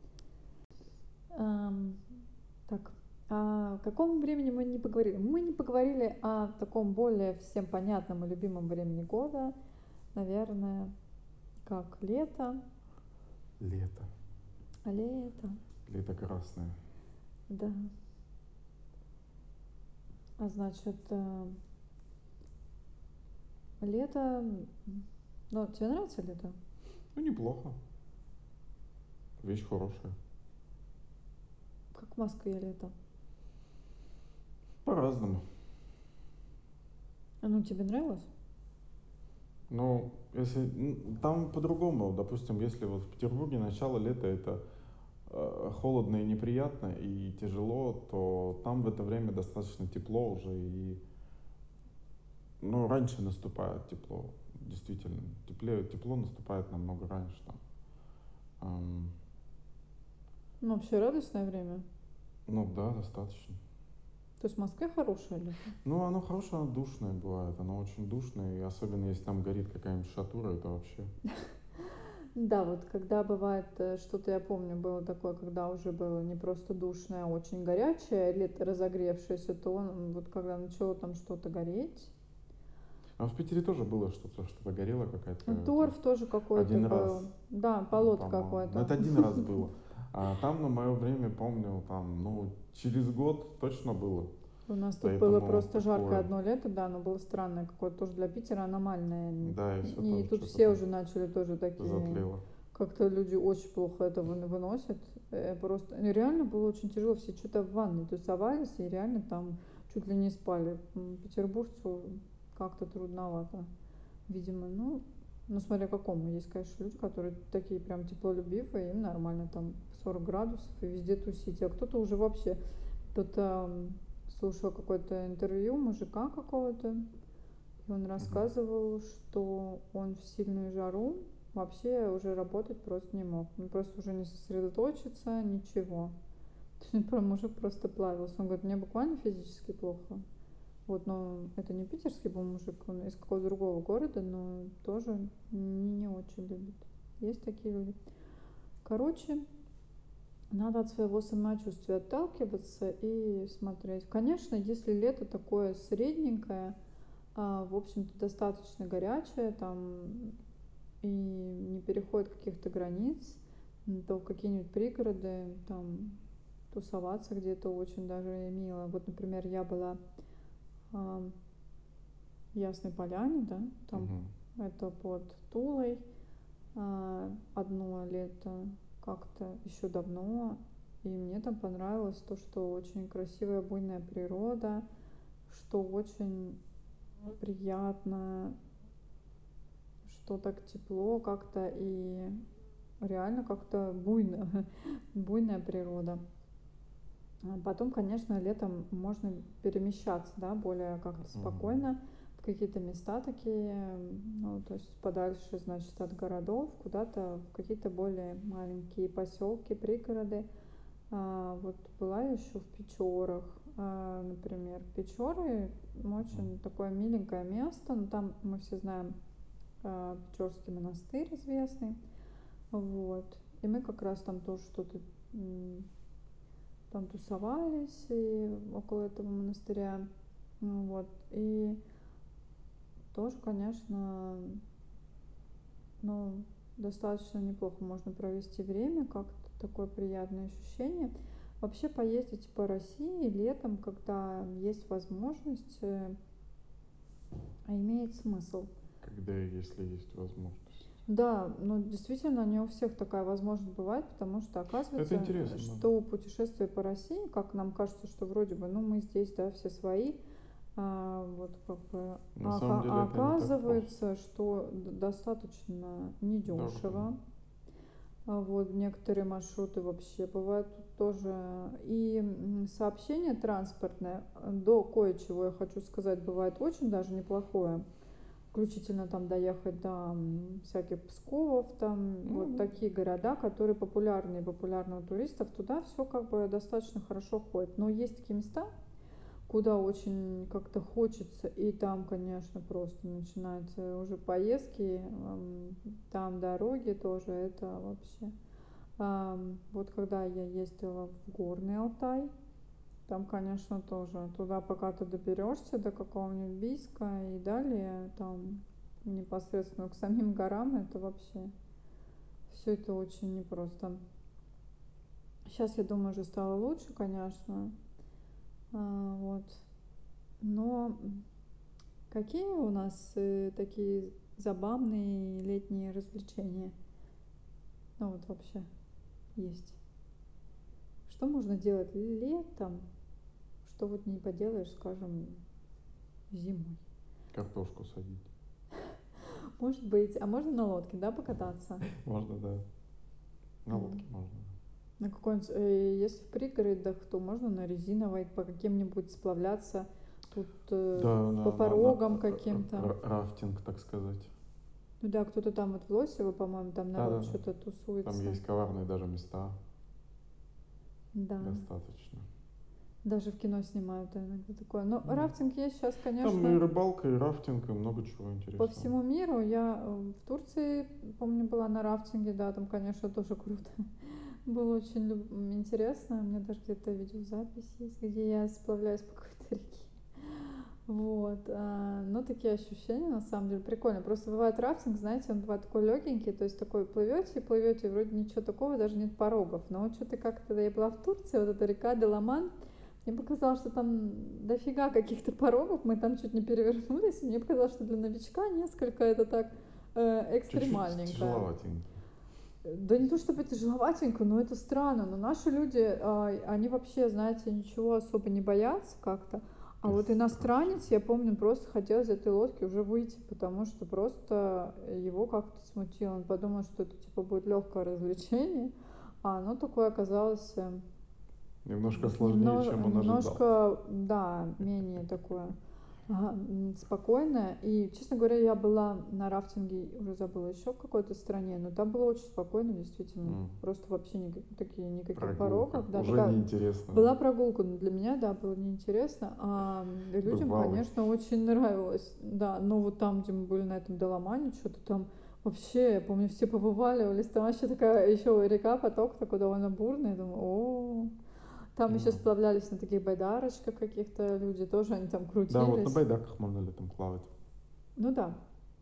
Эм, так, о каком времени мы не поговорили? Мы не поговорили о таком более всем понятном и любимом времени года, наверное, как лето. Лето. Лето, Лето красное. да. А значит, э, лето... м, Ну, тебе нравится лето? Ну, неплохо. Вещь хорошая. Как в Москве лето? По-разному. А ну, тебе нравилось? Ну, если м, там по-другому, допустим, если вот в Петербурге начало лета это э, холодно и неприятно и тяжело, то там в это время достаточно тепло уже и ну, раньше наступает тепло, действительно. Теплее, тепло наступает намного раньше там. Ам, Ну, вообще радостное время. ну да, достаточно. То есть в Москве хорошее лето. Ну, оно хорошее, оно душное бывает, оно очень душное, и особенно если там горит какая-нибудь шатура, это вообще... Да, вот когда бывает, э, что-то я помню, было такое, когда уже было не просто душное, а очень горячее, лето разогревшееся, то он, вот когда начало там что-то гореть. А в Питере тоже было что-то, что-то горело какая-то это, Торф тоже какой-то один раз, был. Да, м, болото по-моему. Но какое-то. это один раз было. А там на мое время, помню, там, ну, через год точно было. У нас тут было Поэтому просто жаркое такое, одно лето, да, оно было странное какое-то, тоже для Питера аномальное. да, и все И тоже тут что-то все там уже начали тоже такие, затлело. как-то люди очень плохо это вы- выносят. Э, Просто ну, реально было очень тяжело, все что-то в ванной тусовались и реально там чуть ли не спали. М, Петербуржцу как-то трудновато, видимо, ну, ну смотря какому. Есть, конечно, люди, которые такие прям теплолюбивые, им нормально там сорок градусов и везде тусить. А кто-то уже вообще Тут ам, слушала какое-то интервью мужика какого-то, и он Мгм. рассказывал, что он в сильную жару вообще уже работать просто не мог. Он просто уже не сосредоточиться, ничего. То есть про мужик просто плавился. Он говорит, мне буквально физически плохо. Вот, но это не питерский был мужик, он из какого-то другого города, но тоже не, не очень любит. Есть такие люди. Короче, надо от своего самочувствия отталкиваться и смотреть. Конечно, если лето такое средненькое, а, в общем-то, достаточно горячее, там, и не переходит каких-то границ, м, то какие-нибудь пригороды, там, тусоваться где-то очень даже мило. Вот, например, я была а, в Ясной Поляне, да, там Мгм. это под Тулой, а, одно лето как-то еще давно, и мне там понравилось то, что очень красивая буйная природа, что очень приятно, что так тепло как-то и реально как-то буйно, буйная природа. А Потом, конечно, летом можно перемещаться, да, более как-то Мгм. спокойно в какие-то места такие, м, ну, то есть подальше, значит, от городов, куда-то в какие-то более маленькие поселки, пригороды. А, вот была я еще в Печорах, а, например. Печоры Мгм. очень такое миленькое место, но там мы все знаем а, Печорский монастырь известный, вот. И мы как раз там тоже что-то м, там тусовались и около этого монастыря. Ну вот. И тоже, конечно, ну, достаточно неплохо можно провести время, как-то такое приятное ощущение. Вообще поездить по России летом, когда есть возможность, э, а имеет смысл. Когда и если есть возможность. Да, ну действительно не у всех такая возможность бывает, потому что Это оказывается, э, интересно, да. что путешествие по России, как нам кажется, что вроде бы, ну мы здесь, да, все свои, а, вот как бы, На а, самом ока- деле а это не так просто. оказывается, что д- достаточно Дорого, да. недешево. А Вот некоторые маршруты вообще бывают тут тоже. И м, сообщение транспортное, э, до кое-чего я хочу сказать, бывает очень даже неплохое. включительно там доехать до м, всяких Псковов, там вот Ну, такие города, которые популярны и популярны у туристов, туда все как бы достаточно хорошо ходит. Но есть такие места, куда очень как-то хочется, и там, конечно, просто начинаются уже поездки, ам, там дороги тоже, это вообще. Ам, Вот когда я ездила в Горный Алтай, там, конечно, тоже туда, пока ты доберешься до какого-нибудь Бийска и далее, там непосредственно к самим горам, это вообще все это очень непросто. Сейчас, я думаю, уже стало лучше, конечно, а, вот. Но какие у нас э, такие забавные летние развлечения? Ну вот вообще есть. Что можно делать летом, что вот не поделаешь, скажем, зимой? картошку садить. Может быть, а можно на лодке, да, покататься? Можно, да. На М. лодке можно. На какой-нибудь, э, если в пригородах, то можно на резиновой по каким-нибудь сплавляться тут э, Да, по да, на, на порогам р- р- каким-то. р- рафтинг, так сказать. Ну да, кто-то там вот в Лосево, по-моему, там Да, да, народ да. что-то Там тусуется. есть коварные даже места. Да, Достаточно. даже в кино снимают иногда такое. Но Ну, рафтинг есть сейчас, там и конечно, рыбалка, и рафтинг, и много чего по интересного. всему миру. Я э, в Турции, помню, была на рафтинге, да, там, конечно, тоже круто. Было очень люб- интересно. У меня даже где-то видеозапись есть, где я сплавляюсь по какой-то реке. Вот. а, Ну, такие ощущения, на самом деле, прикольно. Просто бывает рафтинг, знаете, он бывает такой легенький, то есть такой плывете, плывете, вроде ничего такого, даже нет порогов. Но вот что-то как-то, я была в Турции, вот эта река Деламан, мне показалось, что там дофига каких-то порогов, мы там чуть не перевернулись, мне показалось, что для новичка несколько это так э, Чуть-чуть экстремальненько. тяжеловатенько. Да не то чтобы тяжеловатенько, но это странно. Но наши люди, а, они вообще, знаете, ничего особо не боятся как-то. А То вот есть иностранец, страшно. я помню, просто хотел из этой лодки уже выйти, потому что просто его как-то смутило. Он подумал, что это типа будет легкое развлечение, а оно такое оказалось э, Немножко сложнее, немного, чем он ожидал. немножко, да, менее такое ага, м, спокойная. И, честно говоря, я была на рафтинге, уже забыла, еще в какой-то стране, но там было очень спокойно, действительно. М. Просто вообще никак- такие, никаких Прогулка. порогов. Да, Уже такая неинтересно. была прогулка, но для меня, да, было неинтересно. А людям, Бывалый. конечно, очень нравилось. Да, но вот там, где мы были на этом Доломане, что-то там вообще, я помню, все повываливались. Там вообще такая еще река, поток такой довольно бурный. Я думаю, о, там еще Ну. сплавлялись на таких байдарочках каких-то люди, тоже они там Да, вот на крутились. байдаках можно летом плавать. Ну да.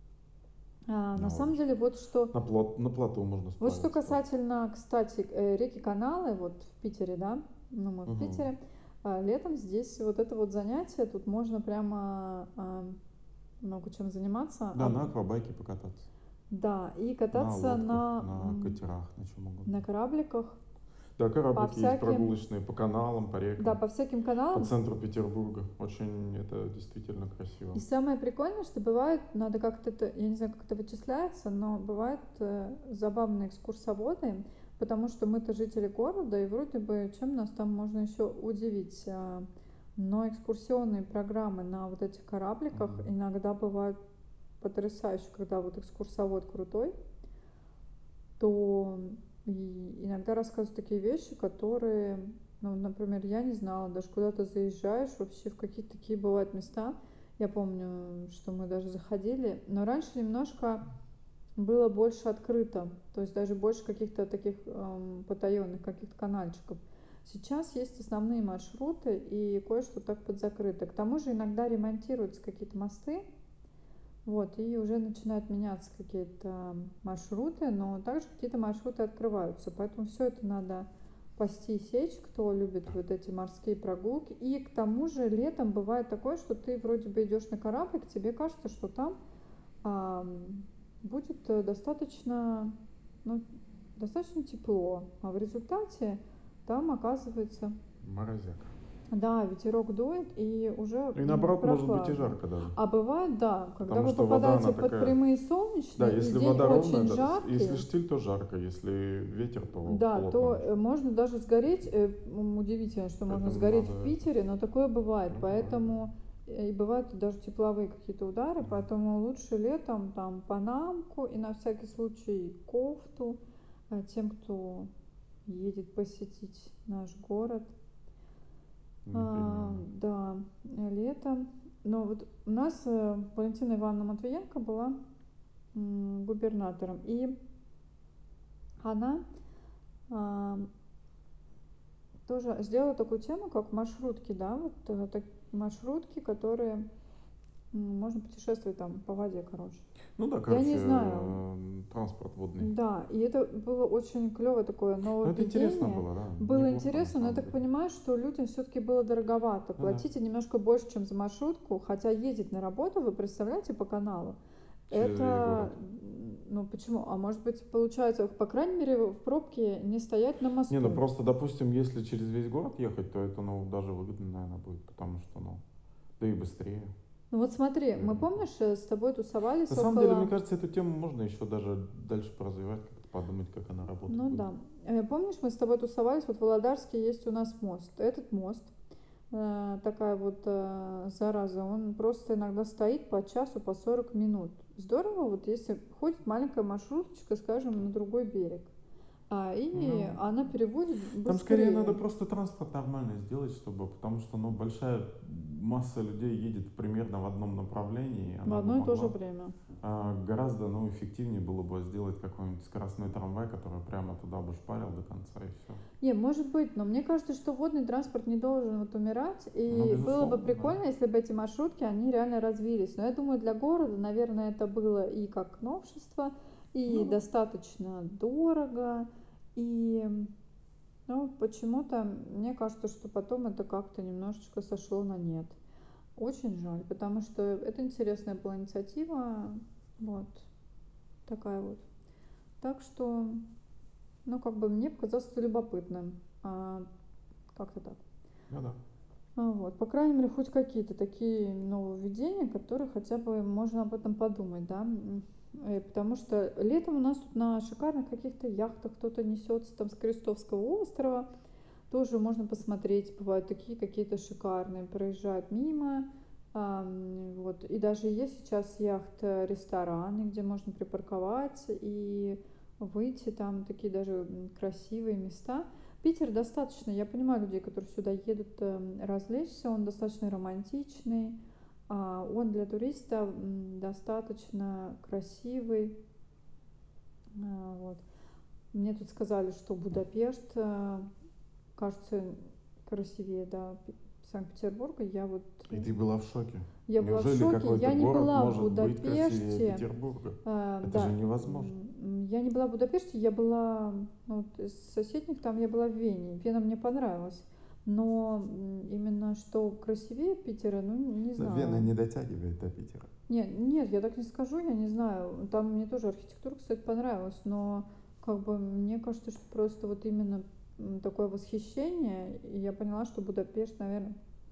А, На на самом лодочке. деле, вот что, На, плот, на плоту можно вот что сплавиться тоже. касательно, кстати, э, реки-каналы, вот в Питере, да, ну мы в Угу. Питере, а, летом здесь вот это вот занятие, тут можно прямо а, много чем заниматься. Да, А, на аквабайке покататься. да, и На кататься лодках, на, на м, катерах, на чем угодно. на корабликах Да, по кораблики есть всяким, прогулочные по каналам, по да, рекам, по всяким по каналам. центру Петербурга. Очень это действительно И красиво. самое прикольное, что бывает, надо как-то это, я не знаю, как это вычисляется, но бывают э, забавные экскурсоводы, потому что мы-то жители города, и вроде бы чем нас там можно еще удивить. а, Но экскурсионные программы на вот этих корабликах Мгм. иногда бывают потрясающие, когда вот экскурсовод крутой, то и иногда рассказывают такие вещи, которые, ну, например, я не знала, даже куда ты заезжаешь, вообще в какие-то такие бывают места. Я помню, что мы даже заходили, но раньше немножко было больше открыто, то есть даже больше каких-то таких эм, потаенных каких-то канальчиков. Сейчас есть основные маршруты и кое-что так подзакрыто. К тому же иногда ремонтируются какие-то мосты, вот, и уже начинают меняться какие-то маршруты, но также какие-то маршруты открываются. Поэтому все это надо пасти и сечь, кто любит вот эти морские прогулки. И к тому же летом бывает такое, что ты вроде бы идешь на кораблик, тебе кажется, что там а, будет э, достаточно, ну, достаточно тепло, а в результате там оказывается, Морозяк. да, ветерок дует и уже И м, наоборот, может быть и прохладно. жарко даже. А бывает, да, когда Потому вы что вода, она попадаете под такая... прямые Да, солнечные и если день вода ровная, очень да, с- если жаркий, штиль, то жарко, если ветер, то да, холодно то очень. э, можно даже сгореть. э, м, Удивительно, что можно Поэтому сгореть надо в это... Питере, но такое бывает. Ну, бывает, да. Поэтому и бывают даже тепловые какие-то удары, поэтому лучше летом там панамку и на всякий случай кофту э, тем, кто едет посетить наш город. А, Непременно. да, э, летом. Но вот у нас э, Валентина Ивановна Матвиенко была м, губернатором, и она а, тоже сделала такую тему, как маршрутки, да, вот э, так- маршрутки, которые м, можно путешествовать там по воде, короче. Ну да, Я короче, не знаю, э, транспорт водный. да, и это было очень клевое такое Ну это интересно нововведение. было, да, Было неплохо на интересно, но я самом так деле. понимаю, что людям все-таки было дороговато. Ну да, Платите немножко больше, чем за маршрутку, хотя ездить на работу, вы представляете, по каналу. через весь город. Это, м, ну почему? А может быть, получается, по крайней мере, в пробке не стоять на Не, ну мосту. просто, допустим, если через весь город ехать, то это, ну, даже выгодно, наверное, будет, потому что, ну, да и быстрее, Ну вот смотри, мы, наверняка. помнишь, э, с тобой тусовались На самом деле, мне около... кажется, эту тему можно еще даже дальше поразвивать, как-то подумать, как она работать Ну будет. да. Э, Помнишь, мы с тобой тусовались, вот в Володарске есть у нас мост. Этот мост, э, такая вот э, зараза, он просто иногда стоит по часу, по сорок минут. Здорово, вот если ходит маленькая маршруточка, скажем, на другой берег, а, и Ну, она перевозит там скорее надо быстрее. просто транспорт нормально сделать, чтобы, потому что, ну, большая масса людей едет примерно в одном направлении, и В она бы одно и то же могла время. а, гораздо, ну, эффективнее было бы сделать какой-нибудь скоростной трамвай, который прямо туда бы шпарил до конца и все. Не, может быть, но мне кажется, что водный транспорт не должен вот умирать, Ну, и было бы безусловно, да. прикольно, если бы эти маршрутки, они реально развились. Но я думаю, для города, наверное, это было и как новшество, и Ну да. достаточно дорого, и, ну, почему-то мне кажется, что потом это как-то немножечко сошло на нет. Очень жаль, потому что это интересная была инициатива, вот такая вот. Так что, ну, как бы мне показалось это любопытным. А, как-то так. Ну да. А, Вот, по крайней мере, хоть какие-то такие нововведения, которые хотя бы можно об этом подумать, да. М, э, Потому что летом у нас тут на шикарных каких-то яхтах кто-то несется там с Крестовского острова, тоже можно посмотреть, бывают такие какие-то шикарные, проезжают мимо. ам, Вот. И даже есть сейчас яхт-рестораны, где можно припарковать и выйти, там такие даже м, красивые места. Питер достаточно, я понимаю людей, которые сюда едут эм, развлечься, он достаточно романтичный, а, он для туриста м, достаточно красивый. А, Вот. Мне тут сказали, что Будапешт, э, кажется, красивее, да, Пи- Санкт-Петербурга. Я вот, И э, ты была в шоке. я была в Неужели шоке. какой-то Я не город была в может быть красивее Будапеште. Петербурга? Э, Это же да, невозможно. м, я не была в Будапеште, я была, ну, вот из соседних, там я была в Вене. Вена мне понравилась. Но м, именно что красивее Питера, ну, не Но Вена знаю. не дотягивает до Питера. Нет, нет, я так не скажу, я не знаю. Там мне тоже архитектура, кстати, понравилась, но как бы мне кажется, что просто вот именно м, такое восхищение, и я поняла, что Будапешт, наверное,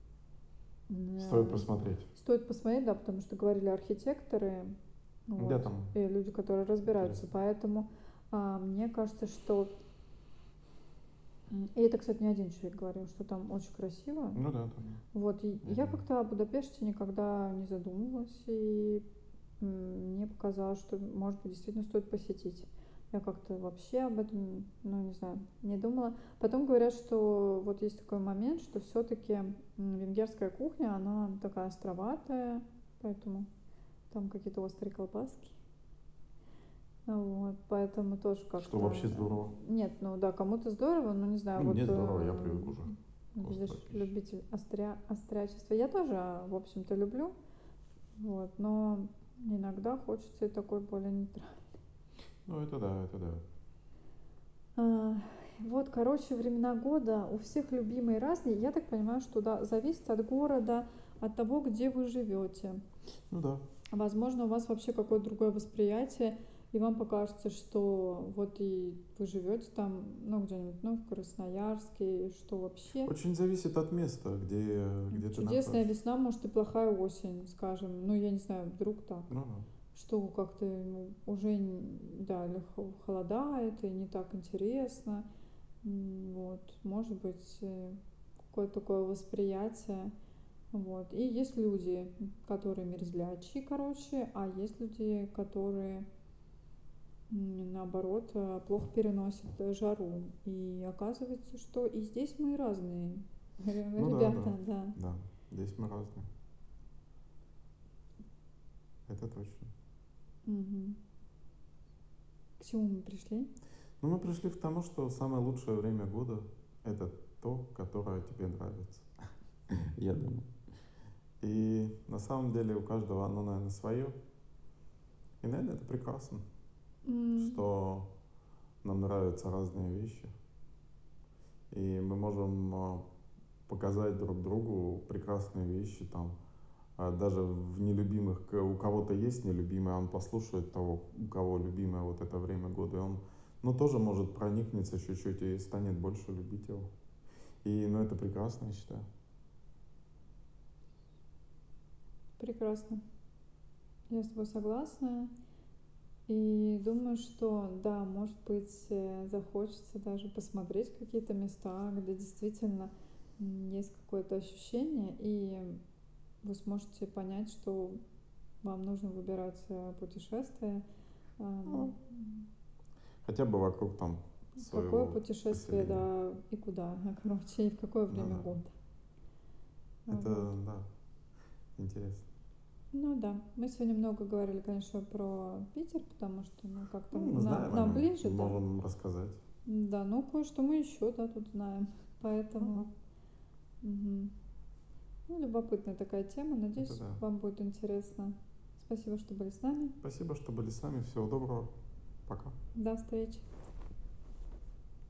Стоит посмотреть. стоит посмотреть, да, потому что говорили архитекторы, Да, вот, там и люди, которые разбираются, интересно. поэтому а, мне кажется, что... м, И это, кстати, не один человек говорил, что там очень красиво. Ну да, там. Вот, и Не я один. как-то о Будапеште никогда не задумывалась, и м, мне показалось, что, может быть, действительно стоит посетить. Я как-то вообще об этом, ну, не знаю, не думала. Потом говорят, что вот есть такой момент, что все-таки венгерская кухня, она такая островатая, поэтому там какие-то острые колбаски. Вот, поэтому тоже Что как-то... вообще здорово. Нет, ну да, кому-то здорово, но не знаю, Ну, вот мне здорово, я э, привык уже к видишь, острой пище. любитель остря... острячества. Я тоже, в общем-то, люблю, вот, но иногда хочется и такой более нейтральный. Ну, это да, это да. А, Вот, короче, времена года у всех любимые разные. Я так понимаю, что да, зависит от города, от того, где вы живете. Ну да. Возможно, у вас вообще какое-то другое восприятие, и вам покажется, что вот и вы живете там, ну, где-нибудь, ну, в Красноярске, и что вообще Очень зависит от места, где, где ты чудесная находишься. весна, может, и плохая осень, скажем. Ну, я не знаю, вдруг так. Ну да. Что как-то ну, уже, н- да, или хо- холодает, и не так интересно. М, Вот, может быть, э, какое-то такое восприятие. Вот. И есть люди, которые мерзлячие, короче, а есть люди, которые м, наоборот э, плохо переносят э, жару. И оказывается, что и здесь мы разные. Ну да, да, Ребята, да. да. Здесь мы разные. Это точно. Мгм. К чему мы пришли? Ну, мы пришли к тому, что самое лучшее время года — это то, которое тебе нравится. Я думаю. И на самом деле у каждого оно, наверное, свое. И, наверное, это прекрасно, М, что нам нравятся разные вещи. И мы можем а, показать друг другу прекрасные вещи там. А даже в нелюбимых, к- у кого-то есть нелюбимое, он послушает того, у кого любимое вот это время года, и он, ну, тоже может проникнуться чуть-чуть и станет больше любить его. И, ну, это прекрасно, я считаю. Прекрасно. Я с тобой согласна. И думаю, что да, может быть, э, захочется даже посмотреть какие-то места, где действительно м, есть какое-то ощущение, и вы сможете понять, что вам нужно выбирать э, путешествие. Ну, Ам, хотя бы вокруг там Какое своего путешествие, поселения. да, и куда, короче, и в какое Ну время да. года. Вот. Это, да, интересно. Ну да, мы сегодня много говорили, конечно, про Питер, потому что, ну, как-то Ну, мы нам, знаем о нам нем, ближе, да. можем рассказать. Да, ну кое-что мы еще, да, тут знаем. Ага. Поэтому, мгм. Ну, любопытная такая тема. Это Надеюсь, да. вам будет интересно. Спасибо, что были с нами. Спасибо, что были с нами. Всего доброго. Пока. До встречи.